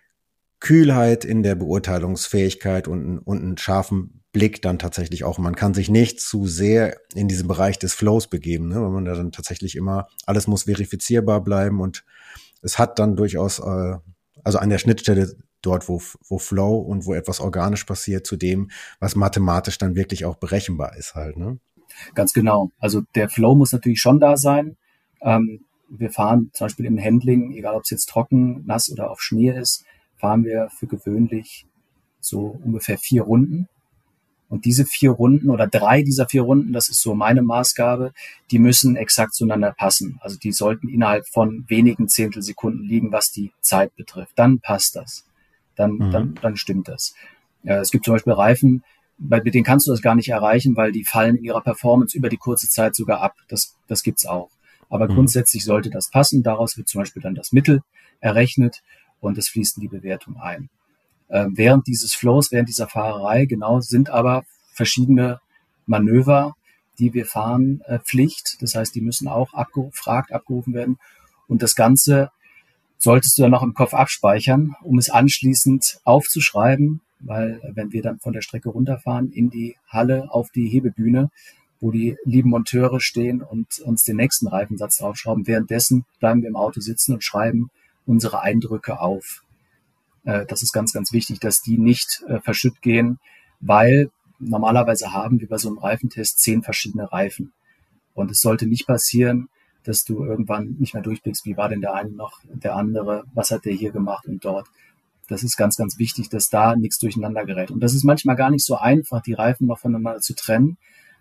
Speaker 1: Kühlheit in der Beurteilungsfähigkeit und, und einen scharfen Blick dann tatsächlich auch. Man kann sich nicht zu sehr in diesen Bereich des Flows begeben, ne? Weil man da dann tatsächlich immer, alles muss verifizierbar bleiben, und es hat dann durchaus, äh, also an der Schnittstelle dort, wo, wo Flow und wo etwas organisch passiert, zu dem, was mathematisch dann wirklich auch berechenbar ist halt, ne?
Speaker 2: Ganz genau. Also der Flow muss natürlich schon da sein. Ähm, wir fahren zum Beispiel im Handling, egal ob es jetzt trocken, nass oder auf Schnee ist, fahren wir für gewöhnlich so ungefähr vier Runden. Und diese vier Runden oder drei dieser vier Runden, das ist so meine Maßgabe, die müssen exakt zueinander passen. Also die sollten innerhalb von wenigen Zehntelsekunden liegen, was die Zeit betrifft. Dann passt das. Dann, mhm. dann, dann stimmt das. Ja, es gibt zum Beispiel Reifen, bei denen kannst du das gar nicht erreichen, weil die fallen in ihrer Performance über die kurze Zeit sogar ab. Das, das gibt's auch. Aber mhm. grundsätzlich sollte das passen. Daraus wird zum Beispiel dann das Mittel errechnet und es fließt in die Bewertung ein. Äh, während dieses Flows, während dieser Fahrerei, genau, sind aber verschiedene Manöver, die wir fahren, äh, Pflicht. Das heißt, die müssen auch abgefragt, abgerufen werden. Und das Ganze solltest du dann noch im Kopf abspeichern, um es anschließend aufzuschreiben, weil wenn wir dann von der Strecke runterfahren in die Halle auf die Hebebühne, wo die lieben Monteure stehen und uns den nächsten Reifensatz draufschrauben, währenddessen bleiben wir im Auto sitzen und schreiben unsere Eindrücke auf. Äh, das ist ganz, ganz wichtig, dass die nicht äh, verschütt gehen, weil normalerweise haben wir bei so einem Reifentest zehn verschiedene Reifen. Und es sollte nicht passieren, dass du irgendwann nicht mehr durchblickst, wie war denn der eine noch, der andere, was hat der hier gemacht und dort. Das ist ganz, ganz wichtig, dass da nichts durcheinander gerät. Und das ist manchmal gar nicht so einfach, die Reifen noch voneinander zu trennen,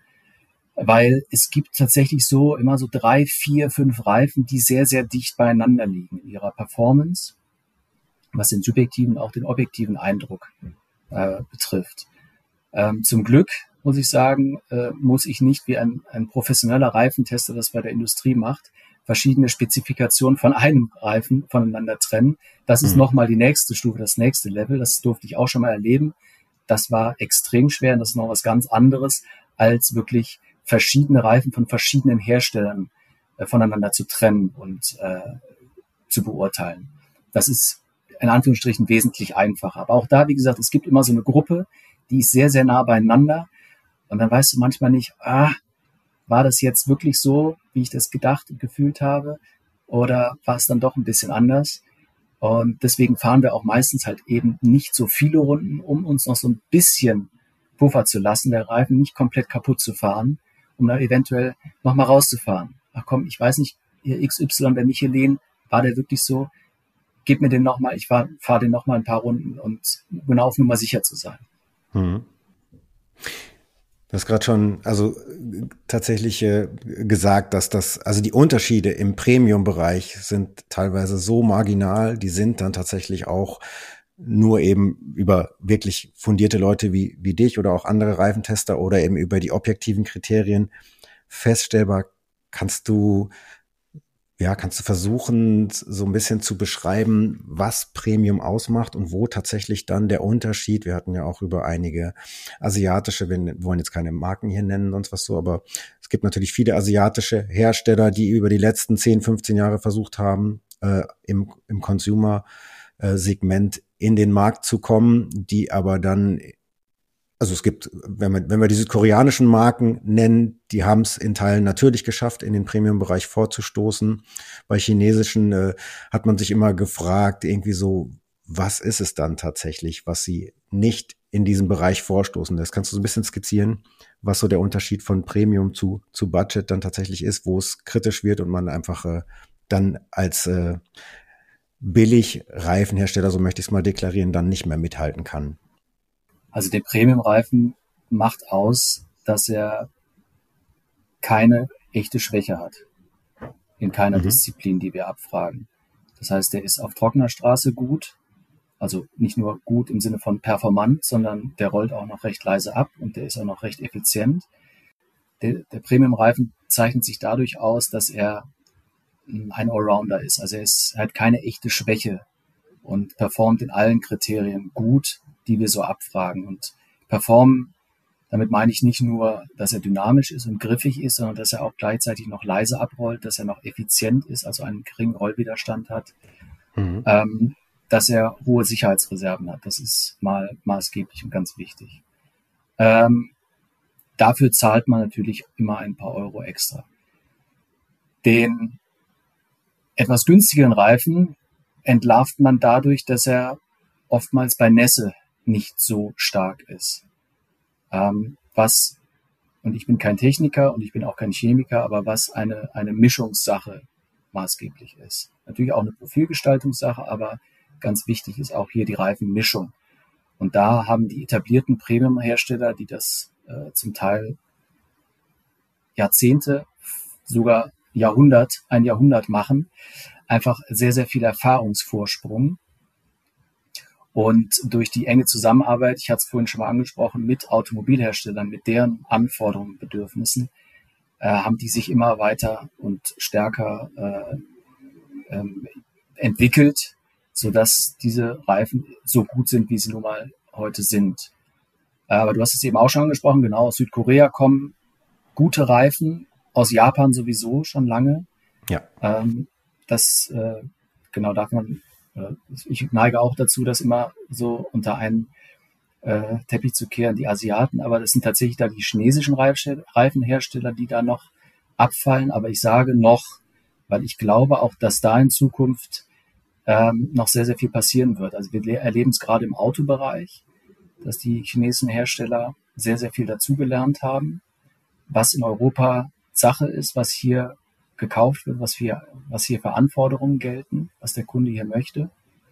Speaker 2: weil es gibt tatsächlich so immer so drei, vier, fünf Reifen, die sehr, sehr dicht beieinander liegen in ihrer Performance, was den subjektiven, auch den objektiven Eindruck äh, betrifft. Ähm, zum Glück, muss ich sagen, äh, muss ich nicht wie ein, ein professioneller Reifentester das bei der Industrie macht, verschiedene Spezifikationen von einem Reifen voneinander trennen. Das ist mhm. nochmal die nächste Stufe, das nächste Level. Das durfte ich auch schon mal erleben. Das war extrem schwer und das ist noch was ganz anderes, als wirklich verschiedene Reifen von verschiedenen Herstellern äh, voneinander zu trennen und äh, zu beurteilen. Das ist in Anführungsstrichen wesentlich einfacher. Aber auch da, wie gesagt, es gibt immer so eine Gruppe, die ist sehr, sehr nah beieinander. Und dann weißt du manchmal nicht, ah, war das jetzt wirklich so, wie ich das gedacht und gefühlt habe? Oder war es dann doch ein bisschen anders? Und deswegen fahren wir auch meistens halt eben nicht so viele Runden, um uns noch so ein bisschen Puffer zu lassen, der Reifen nicht komplett kaputt zu fahren, um dann eventuell nochmal rauszufahren. Ach komm, ich weiß nicht, ihr X Y, der Michelin, war der wirklich so? Gib mir den nochmal, ich fahre fahr den nochmal ein paar Runden und genau auf Nummer sicher zu sein.
Speaker 1: Hm. Du hast gerade schon, also tatsächlich äh, gesagt, dass das, also die Unterschiede im Premium-Bereich sind teilweise so marginal, die sind dann tatsächlich auch nur eben über wirklich fundierte Leute wie, wie dich oder auch andere Reifentester oder eben über die objektiven Kriterien feststellbar. Kannst du Ja, kannst du versuchen, so ein bisschen zu beschreiben, was Premium ausmacht und wo tatsächlich dann der Unterschied, wir hatten ja auch über einige asiatische, wir wollen jetzt keine Marken hier nennen, sonst was so, aber es gibt natürlich viele asiatische Hersteller, die über die letzten zehn, fünfzehn Jahre versucht haben, äh, im, im Consumer-Segment in den Markt zu kommen, die aber dann Also es gibt, wenn wir, wenn wir die südkoreanischen Marken nennen, die haben es in Teilen natürlich geschafft, in den Premium-Bereich vorzustoßen. Bei chinesischen äh, hat man sich immer gefragt, irgendwie so, was ist es dann tatsächlich, was sie nicht in diesem Bereich vorstoßen lässt. Kannst du so ein bisschen skizzieren, was so der Unterschied von Premium zu, zu Budget dann tatsächlich ist, wo es kritisch wird und man einfach äh, dann als äh, billig Reifenhersteller, so möchte ich es mal deklarieren, dann nicht mehr mithalten kann?
Speaker 2: Also der Premium-Reifen macht aus, dass er keine echte Schwäche hat. In keiner mhm. Disziplin, die wir abfragen. Das heißt, der ist auf trockener Straße gut. Also nicht nur gut im Sinne von performant, sondern der rollt auch noch recht leise ab und der ist auch noch recht effizient. Der, der Premium-Reifen zeichnet sich dadurch aus, dass er ein Allrounder ist. Also er, ist, er hat keine echte Schwäche und performt in allen Kriterien gut, die wir so abfragen. Und performen, damit meine ich nicht nur, dass er dynamisch ist und griffig ist, sondern dass er auch gleichzeitig noch leise abrollt, dass er noch effizient ist, also einen geringen Rollwiderstand hat, mhm. ähm, dass er hohe Sicherheitsreserven hat. Das ist mal maßgeblich und ganz wichtig. Ähm, dafür zahlt man natürlich immer ein paar Euro extra. Den etwas günstigeren Reifen entlarvt man dadurch, dass er oftmals bei Nässe nicht so stark ist. Ähm, was, und ich bin kein Techniker und ich bin auch kein Chemiker, aber was eine, eine Mischungssache maßgeblich ist. Natürlich auch eine Profilgestaltungssache, aber ganz wichtig ist auch hier die Reifenmischung. Und da haben die etablierten Premium-Hersteller, die das äh, zum Teil Jahrzehnte, sogar Jahrhundert, ein Jahrhundert machen, einfach sehr, sehr viel Erfahrungsvorsprung. Und durch die enge Zusammenarbeit, ich hatte es vorhin schon mal angesprochen, mit Automobilherstellern, mit deren Anforderungen und Bedürfnissen, äh, haben die sich immer weiter und stärker äh, ähm, entwickelt, sodass diese Reifen so gut sind, wie sie nun mal heute sind. Äh, aber du hast es eben auch schon angesprochen, genau, aus Südkorea kommen gute Reifen, aus Japan sowieso schon lange.
Speaker 1: Ja.
Speaker 2: Ähm, das, äh, genau, darf man ich neige auch dazu, das immer so unter einen äh, Teppich zu kehren, die Asiaten, aber das sind tatsächlich da die chinesischen Reifenhersteller, die da noch abfallen. Aber ich sage noch, weil ich glaube auch, dass da in Zukunft ähm, noch sehr, sehr viel passieren wird. Also wir erleben es gerade im Autobereich, dass die chinesischen Hersteller sehr, sehr viel dazugelernt haben, was in Europa Sache ist, was hier gekauft wird, was hier, was hier für Anforderungen gelten, was der Kunde hier möchte.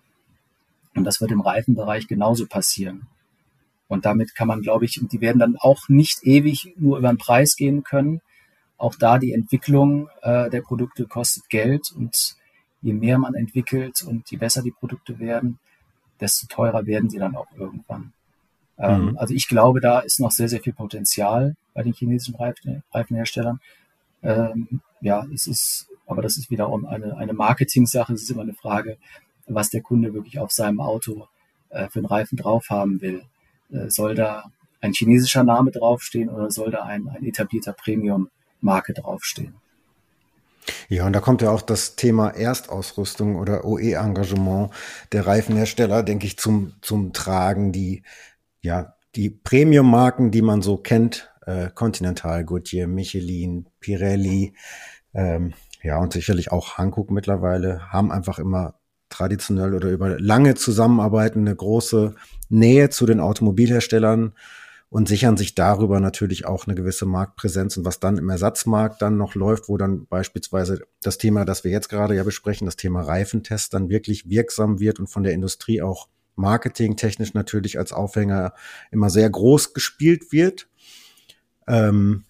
Speaker 2: Und das wird im Reifenbereich genauso passieren. Und damit kann man, glaube ich, und die werden dann auch nicht ewig nur über den Preis gehen können. Auch da die Entwicklung äh, der Produkte kostet Geld und je mehr man entwickelt und je besser die Produkte werden, desto teurer werden sie dann auch irgendwann. Ähm, mhm. Also ich glaube, da ist noch sehr, sehr viel Potenzial bei den chinesischen Reifen, Reifenherstellern. Ähm, ja, es ist, aber das ist wiederum eine, eine Marketing-Sache. Es ist immer eine Frage, was der Kunde wirklich auf seinem Auto äh, für einen Reifen drauf haben will. Äh, soll da ein chinesischer Name draufstehen oder soll da ein, ein etablierter Premium-Marke draufstehen?
Speaker 1: Ja, und da kommt ja auch das Thema Erstausrüstung oder O E-Engagement der Reifenhersteller, denke ich, zum, zum Tragen. Die, ja, die Premium-Marken, die man so kennt, äh, Continental, Goodyear, Michelin, Pirelli, ähm, ja, und sicherlich auch Hankook mittlerweile, haben einfach immer traditionell oder über lange Zusammenarbeiten eine große Nähe zu den Automobilherstellern und sichern sich darüber natürlich auch eine gewisse Marktpräsenz. Und was dann im Ersatzmarkt dann noch läuft, wo dann beispielsweise das Thema, das wir jetzt gerade ja besprechen, das Thema Reifentest dann wirklich wirksam wird und von der Industrie auch marketingtechnisch natürlich als Aufhänger immer sehr groß gespielt wird. Ähm,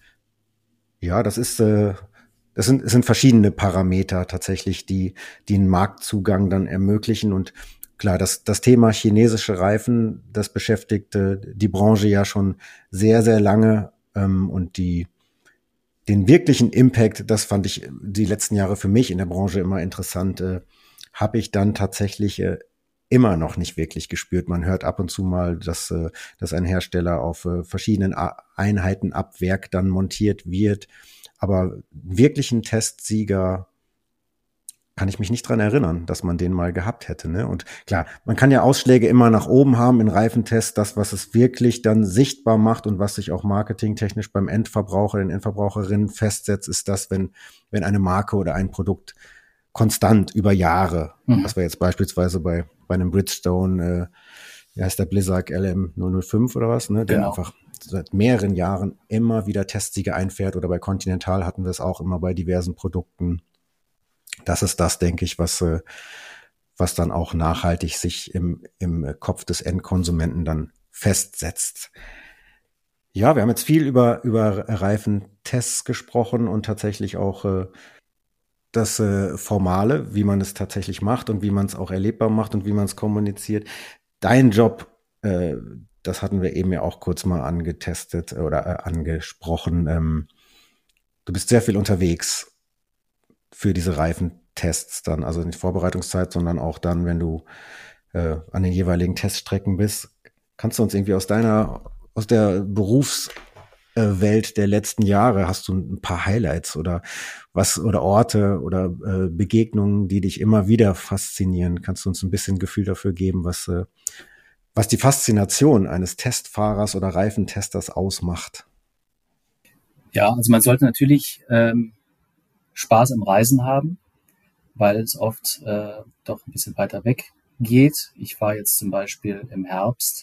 Speaker 1: ja, das ist, äh, das sind, das sind verschiedene Parameter tatsächlich, die, die einen Marktzugang dann ermöglichen. Und klar, das, das Thema chinesische Reifen, das beschäftigt äh, die Branche ja schon sehr, sehr lange. Ähm, und die, den wirklichen Impact, das fand ich die letzten Jahre für mich in der Branche immer interessant, äh, habe ich dann tatsächlich äh, immer noch nicht wirklich gespürt. Man hört ab und zu mal, dass, äh, dass ein Hersteller auf äh, verschiedenen A- Einheiten ab Werk dann montiert wird. Aber wirklichen Testsieger kann ich mich nicht dran erinnern, dass man den mal gehabt hätte, ne? Und klar, man kann ja Ausschläge immer nach oben haben in Reifentests. Das, was es wirklich dann sichtbar macht und was sich auch marketingtechnisch beim Endverbraucher, den Endverbraucherinnen festsetzt, ist das, wenn, wenn eine Marke oder ein Produkt konstant über Jahre, mhm. was wir jetzt beispielsweise bei, bei einem Bridgestone wie heißt der Blizzak L M null null fünf oder was, ne? Der
Speaker 2: Genau.
Speaker 1: einfach seit mehreren Jahren immer wieder Testsiege einfährt, oder bei Continental hatten wir es auch immer bei diversen Produkten. Das ist das, denke ich, was, was dann auch nachhaltig sich im, im Kopf des Endkonsumenten dann festsetzt. Ja, wir haben jetzt viel über, über Reifentests gesprochen und tatsächlich auch äh, das äh, Formale, wie man es tatsächlich macht und wie man es auch erlebbar macht und wie man es kommuniziert. Dein Job, äh, das hatten wir eben ja auch kurz mal angetestet oder äh, angesprochen. Ähm, du bist sehr viel unterwegs für diese Reifentests dann, also nicht Vorbereitungszeit, sondern auch dann, wenn du äh, an den jeweiligen Teststrecken bist. Kannst du uns irgendwie aus deiner, aus der Berufswelt der letzten Jahre, hast du ein paar Highlights oder was, oder Orte oder äh, Begegnungen, die dich immer wieder faszinieren? Kannst du uns ein bisschen Gefühl dafür geben, was, äh, was die Faszination eines Testfahrers oder Reifentesters ausmacht?
Speaker 2: Ja, also man sollte natürlich ähm, Spaß am Reisen haben, weil es oft äh, doch ein bisschen weiter weg geht. Ich fahre jetzt zum Beispiel im Herbst,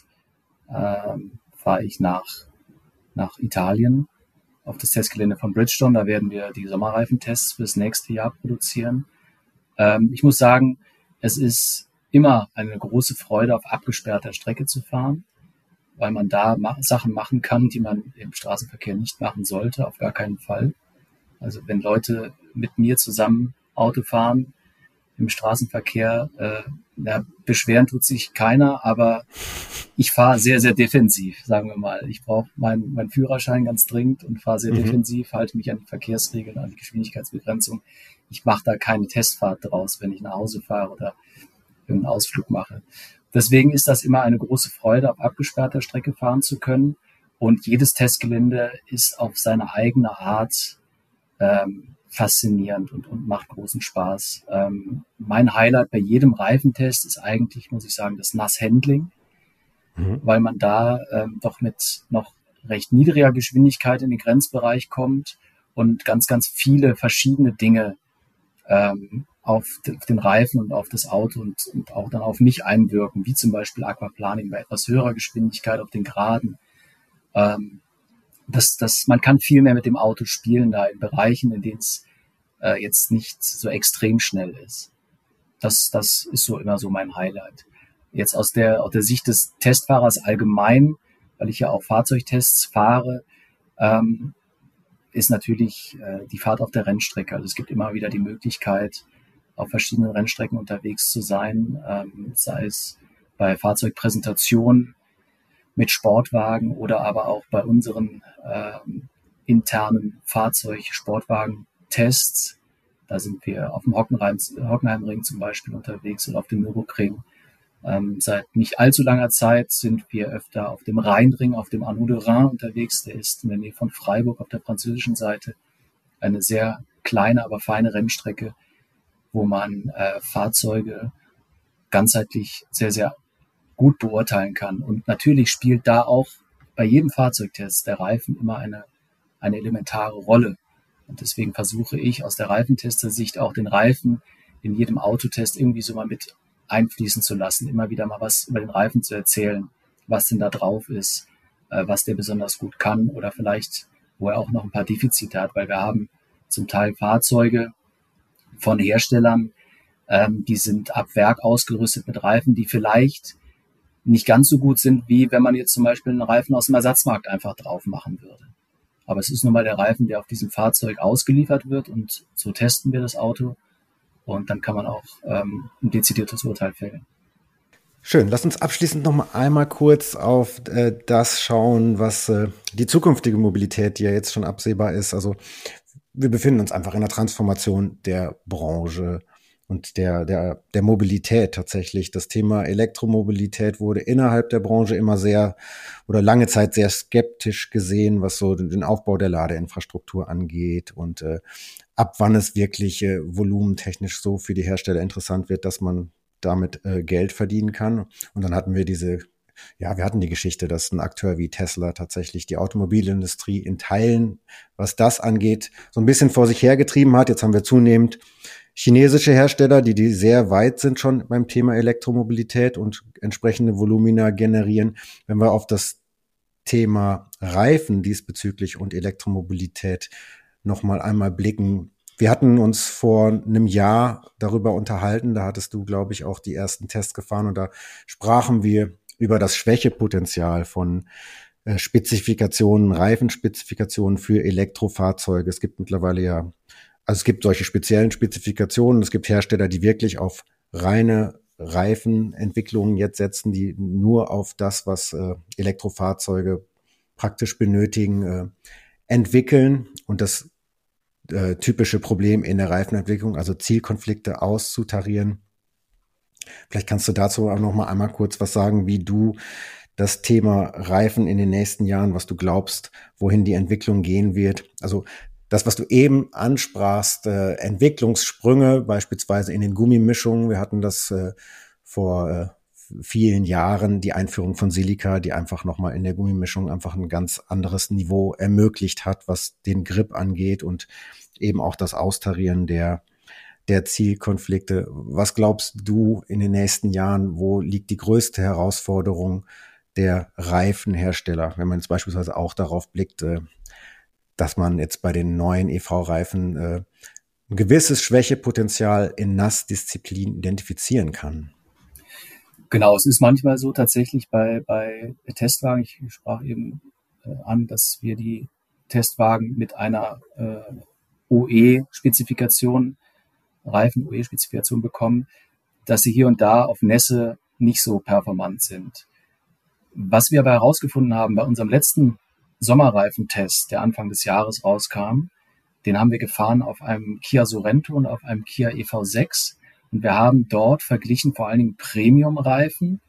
Speaker 2: ähm, fahre ich nach, nach Italien auf das Testgelände von Bridgestone. Da werden wir die Sommerreifentests fürs nächste Jahr produzieren. Ähm, ich muss sagen, es ist immer eine große Freude, auf abgesperrter Strecke zu fahren, weil man da ma- Sachen machen kann, die man im Straßenverkehr nicht machen sollte, auf gar keinen Fall. Also wenn Leute mit mir zusammen Auto fahren im Straßenverkehr, äh, na, beschweren tut sich keiner, aber ich fahre sehr, sehr defensiv, sagen wir mal. Ich brauche meinen mein Führerschein ganz dringend und fahre sehr mhm. defensiv, halte mich an die Verkehrsregeln, an die Geschwindigkeitsbegrenzung. Ich mache da keine Testfahrt draus, wenn ich nach Hause fahre oder irgendeinen Ausflug mache. Deswegen ist das immer eine große Freude, auf abgesperrter Strecke fahren zu können. Und jedes Testgelände ist auf seine eigene Art ähm, faszinierend und, und macht großen Spaß. Ähm, mein Highlight bei jedem Reifentest ist eigentlich, muss ich sagen, das Nasshandling, mhm. weil man da ähm, doch mit noch recht niedriger Geschwindigkeit in den Grenzbereich kommt und ganz, ganz viele verschiedene Dinge ähm, auf den Reifen und auf das Auto und, und auch dann auf mich einwirken, wie zum Beispiel Aquaplaning bei etwas höherer Geschwindigkeit auf den Geraden. Ähm, das, das, man kann viel mehr mit dem Auto spielen, da in Bereichen, in denen es äh, jetzt nicht so extrem schnell ist. Das, das ist so immer so mein Highlight. Jetzt aus der, aus der Sicht des Testfahrers allgemein, weil ich ja auch Fahrzeugtests fahre, ähm, ist natürlich äh, die Fahrt auf der Rennstrecke. Also es gibt immer wieder die Möglichkeit, auf verschiedenen Rennstrecken unterwegs zu sein, ähm, sei es bei Fahrzeugpräsentationen mit Sportwagen oder aber auch bei unseren ähm, internen Fahrzeug-Sportwagen-Tests. Da sind wir auf dem Hockenheim, Hockenheimring zum Beispiel unterwegs oder auf dem Nürburgring. Ähm, seit nicht allzu langer Zeit sind wir öfter auf dem Rheinring, auf dem Arnaud de Rhin unterwegs. Der ist in der Nähe von Freiburg auf der französischen Seite. Eine sehr kleine, aber feine Rennstrecke, wo man äh, Fahrzeuge ganzheitlich sehr, sehr gut beurteilen kann. Und natürlich spielt da auch bei jedem Fahrzeugtest der Reifen immer eine, eine elementare Rolle. Und deswegen versuche ich aus der Reifentester-Sicht auch den Reifen in jedem Autotest irgendwie so mal mit einfließen zu lassen, immer wieder mal was über den Reifen zu erzählen, was denn da drauf ist, äh, was der besonders gut kann oder vielleicht, wo er auch noch ein paar Defizite hat, weil wir haben zum Teil Fahrzeuge von Herstellern, ähm, die sind ab Werk ausgerüstet mit Reifen, die vielleicht nicht ganz so gut sind, wie wenn man jetzt zum Beispiel einen Reifen aus dem Ersatzmarkt einfach drauf machen würde. Aber es ist nun mal der Reifen, der auf diesem Fahrzeug ausgeliefert wird und so testen wir das Auto und dann kann man auch ähm, ein dezidiertes Urteil fällen.
Speaker 1: Schön. Lass uns abschließend noch mal einmal kurz auf äh, das schauen, was äh, die zukünftige Mobilität, die ja jetzt schon absehbar ist. Also wir befinden uns einfach in der Transformation der Branche und der, der, der Mobilität tatsächlich. Das Thema Elektromobilität wurde innerhalb der Branche immer sehr oder lange Zeit sehr skeptisch gesehen, was so den Aufbau der Ladeinfrastruktur angeht und äh, ab wann es wirklich äh, volumentechnisch so für die Hersteller interessant wird, dass man damit äh, Geld verdienen kann. Und dann hatten wir diese, ja, wir hatten die Geschichte, dass ein Akteur wie Tesla tatsächlich die Automobilindustrie in Teilen, was das angeht, so ein bisschen vor sich hergetrieben hat. Jetzt haben wir zunehmend chinesische Hersteller, die, die sehr weit sind schon beim Thema Elektromobilität und entsprechende Volumina generieren. Wenn wir auf das Thema Reifen diesbezüglich und Elektromobilität noch mal einmal blicken. Wir hatten uns vor einem Jahr darüber unterhalten, da hattest du, glaube ich, auch die ersten Tests gefahren und da sprachen wir über das Schwächepotenzial von äh, Spezifikationen, Reifenspezifikationen für Elektrofahrzeuge. Es gibt mittlerweile ja, also es gibt solche speziellen Spezifikationen, es gibt Hersteller, die wirklich auf reine Reifenentwicklungen jetzt setzen, die nur auf das, was äh, Elektrofahrzeuge praktisch benötigen, äh, entwickeln und das äh, typische Problem in der Reifenentwicklung, also Zielkonflikte auszutarieren. Vielleicht kannst du dazu auch noch mal einmal kurz was sagen, wie du das Thema Reifen in den nächsten Jahren, was du glaubst, wohin die Entwicklung gehen wird. Also das, was du eben ansprachst, äh, Entwicklungssprünge, beispielsweise in den Gummimischungen. Wir hatten das äh, vor äh, vielen Jahren, die Einführung von Silika, die einfach nochmal in der Gummimischung einfach ein ganz anderes Niveau ermöglicht hat, was den Grip angeht und eben auch das Austarieren der, der Zielkonflikte. Was glaubst du in den nächsten Jahren, wo liegt die größte Herausforderung der Reifenhersteller, wenn man jetzt beispielsweise auch darauf blickt, äh, dass man jetzt bei den neuen E V-Reifen äh, ein gewisses Schwächepotenzial in Nassdisziplin identifizieren kann.
Speaker 2: Genau, es ist manchmal so tatsächlich bei, bei Testwagen, ich sprach eben äh, an, dass wir die Testwagen mit einer äh, O E-Spezifikation, Reifen-O E-Spezifikation bekommen, dass sie hier und da auf Nässe nicht so performant sind. Was wir aber herausgefunden haben bei unserem letzten Sommerreifentest, der Anfang des Jahres rauskam, den haben wir gefahren auf einem Kia Sorento und auf einem Kia E V sechs. Und wir haben dort verglichen vor allen Dingen Premium-Reifen,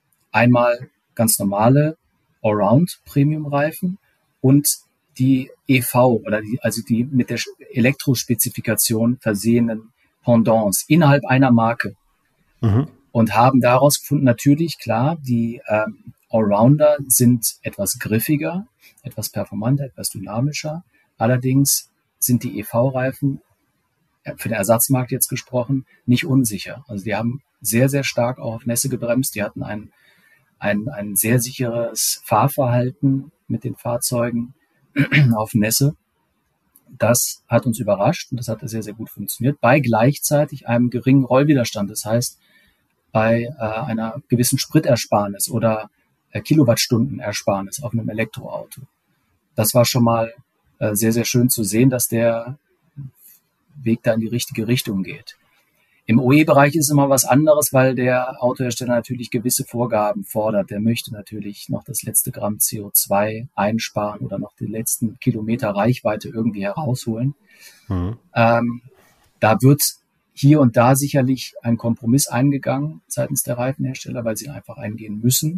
Speaker 2: einmal ganz normale Allround-Premium-Reifen und die E V, oder die, also die mit der Elektrospezifikation versehenen Pendants innerhalb einer Marke. Mhm. Und haben daraus gefunden, natürlich, klar, die ähm, Allrounder sind etwas griffiger, etwas performanter, etwas dynamischer. Allerdings sind die E V-Reifen, für den Ersatzmarkt jetzt gesprochen, nicht unsicher. Also die haben sehr, sehr stark auch auf Nässe gebremst. Die hatten ein, ein, ein sehr sicheres Fahrverhalten mit den Fahrzeugen auf Nässe. Das hat uns überrascht und das hat sehr, sehr gut funktioniert, bei gleichzeitig einem geringen Rollwiderstand. Das heißt, bei äh, einer gewissen Spritersparnis oder äh, Kilowattstundenersparnis auf einem Elektroauto. Das war schon mal äh, sehr, sehr schön zu sehen, dass der Weg da in die richtige Richtung geht. Im O E-Bereich ist immer was anderes, weil der Autohersteller natürlich gewisse Vorgaben fordert. Der möchte natürlich noch das letzte Gramm C O zwei einsparen oder noch die letzten Kilometer Reichweite irgendwie herausholen. Mhm. Ähm, da wird hier und da sicherlich ein Kompromiss eingegangen seitens der Reifenhersteller, weil sie einfach eingehen müssen.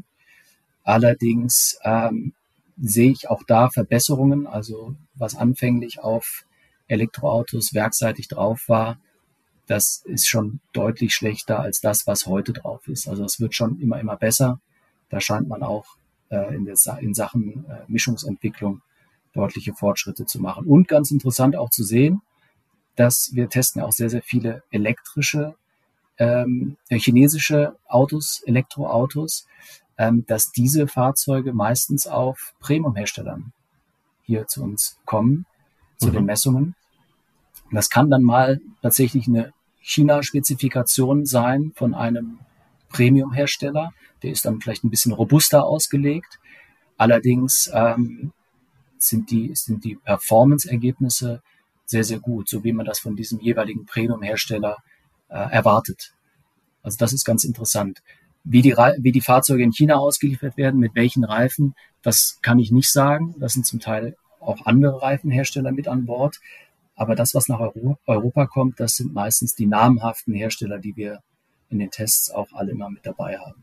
Speaker 2: Allerdings ähm, sehe ich auch da Verbesserungen, also was anfänglich auf Elektroautos werkseitig drauf war, das ist schon deutlich schlechter als das, was heute drauf ist. Also es wird schon immer, immer besser. Da scheint man auch äh, in, der, in Sachen äh, Mischungsentwicklung deutliche Fortschritte zu machen. Und ganz interessant auch zu sehen, dass wir testen ja auch sehr, sehr viele elektrische, ähm, chinesische Autos, Elektroautos, ähm, dass diese Fahrzeuge meistens auf Premium-Herstellern hier zu uns kommen, zu mhm. den Messungen. Das kann dann mal tatsächlich eine China-Spezifikation sein von einem Premium-Hersteller. Der ist dann vielleicht ein bisschen robuster ausgelegt. Allerdings ähm, sind die, sind die Performance-Ergebnisse sehr, sehr gut, so wie man das von diesem jeweiligen Premium-Hersteller äh, erwartet. Also das ist ganz interessant. Wie die, wie die Fahrzeuge in China ausgeliefert werden, mit welchen Reifen, das kann ich nicht sagen. Das sind zum Teil auch andere Reifenhersteller mit an Bord. Aber das, was nach Euro- Europa kommt, das sind meistens die namhaften Hersteller, die wir in den Tests auch alle immer mit dabei haben.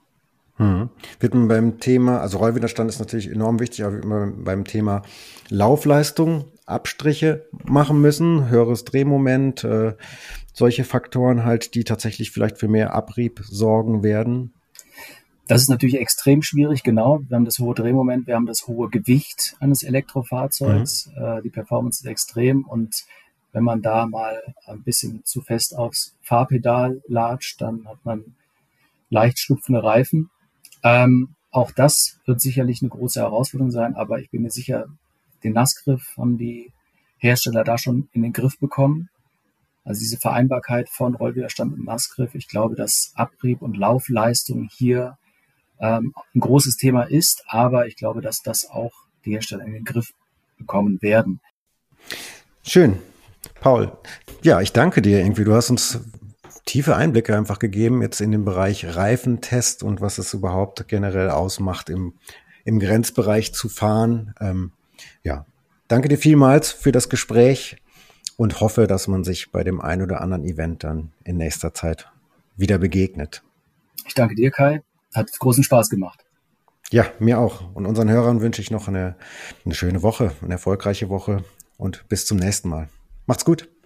Speaker 1: Hm. Wird man beim Thema, also Rollwiderstand ist natürlich enorm wichtig, aber wird man beim Thema Laufleistung Abstriche machen müssen, höheres Drehmoment, äh, solche Faktoren halt, die tatsächlich vielleicht für mehr Abrieb sorgen werden?
Speaker 2: Das ist natürlich extrem schwierig, genau. Wir haben das hohe Drehmoment, wir haben das hohe Gewicht eines Elektrofahrzeugs, mhm. äh, die Performance ist extrem und Wenn man da mal ein bisschen zu fest aufs Fahrpedal latscht, dann hat man leicht schlupfende Reifen. Ähm, auch das wird sicherlich eine große Herausforderung sein, aber ich bin mir sicher, den Nassgriff haben die Hersteller da schon in den Griff bekommen. Also diese Vereinbarkeit von Rollwiderstand und Nassgriff. Ich glaube, dass Abrieb und Laufleistung hier ähm, ein großes Thema ist, aber ich glaube, dass das auch die Hersteller in den Griff bekommen werden.
Speaker 1: Schön. Paul, ja, ich danke dir irgendwie. Du hast uns tiefe Einblicke einfach gegeben jetzt in den Bereich Reifentest und was es überhaupt generell ausmacht, im, im Grenzbereich zu fahren. Ähm, ja, danke dir vielmals für das Gespräch und hoffe, dass man sich bei dem ein oder anderen Event dann in nächster Zeit wieder begegnet.
Speaker 2: Ich danke dir, Kai. Hat großen Spaß gemacht.
Speaker 1: Ja, mir auch. Und unseren Hörern wünsche ich noch eine, eine schöne Woche, eine erfolgreiche Woche und bis zum nächsten Mal. Macht's gut.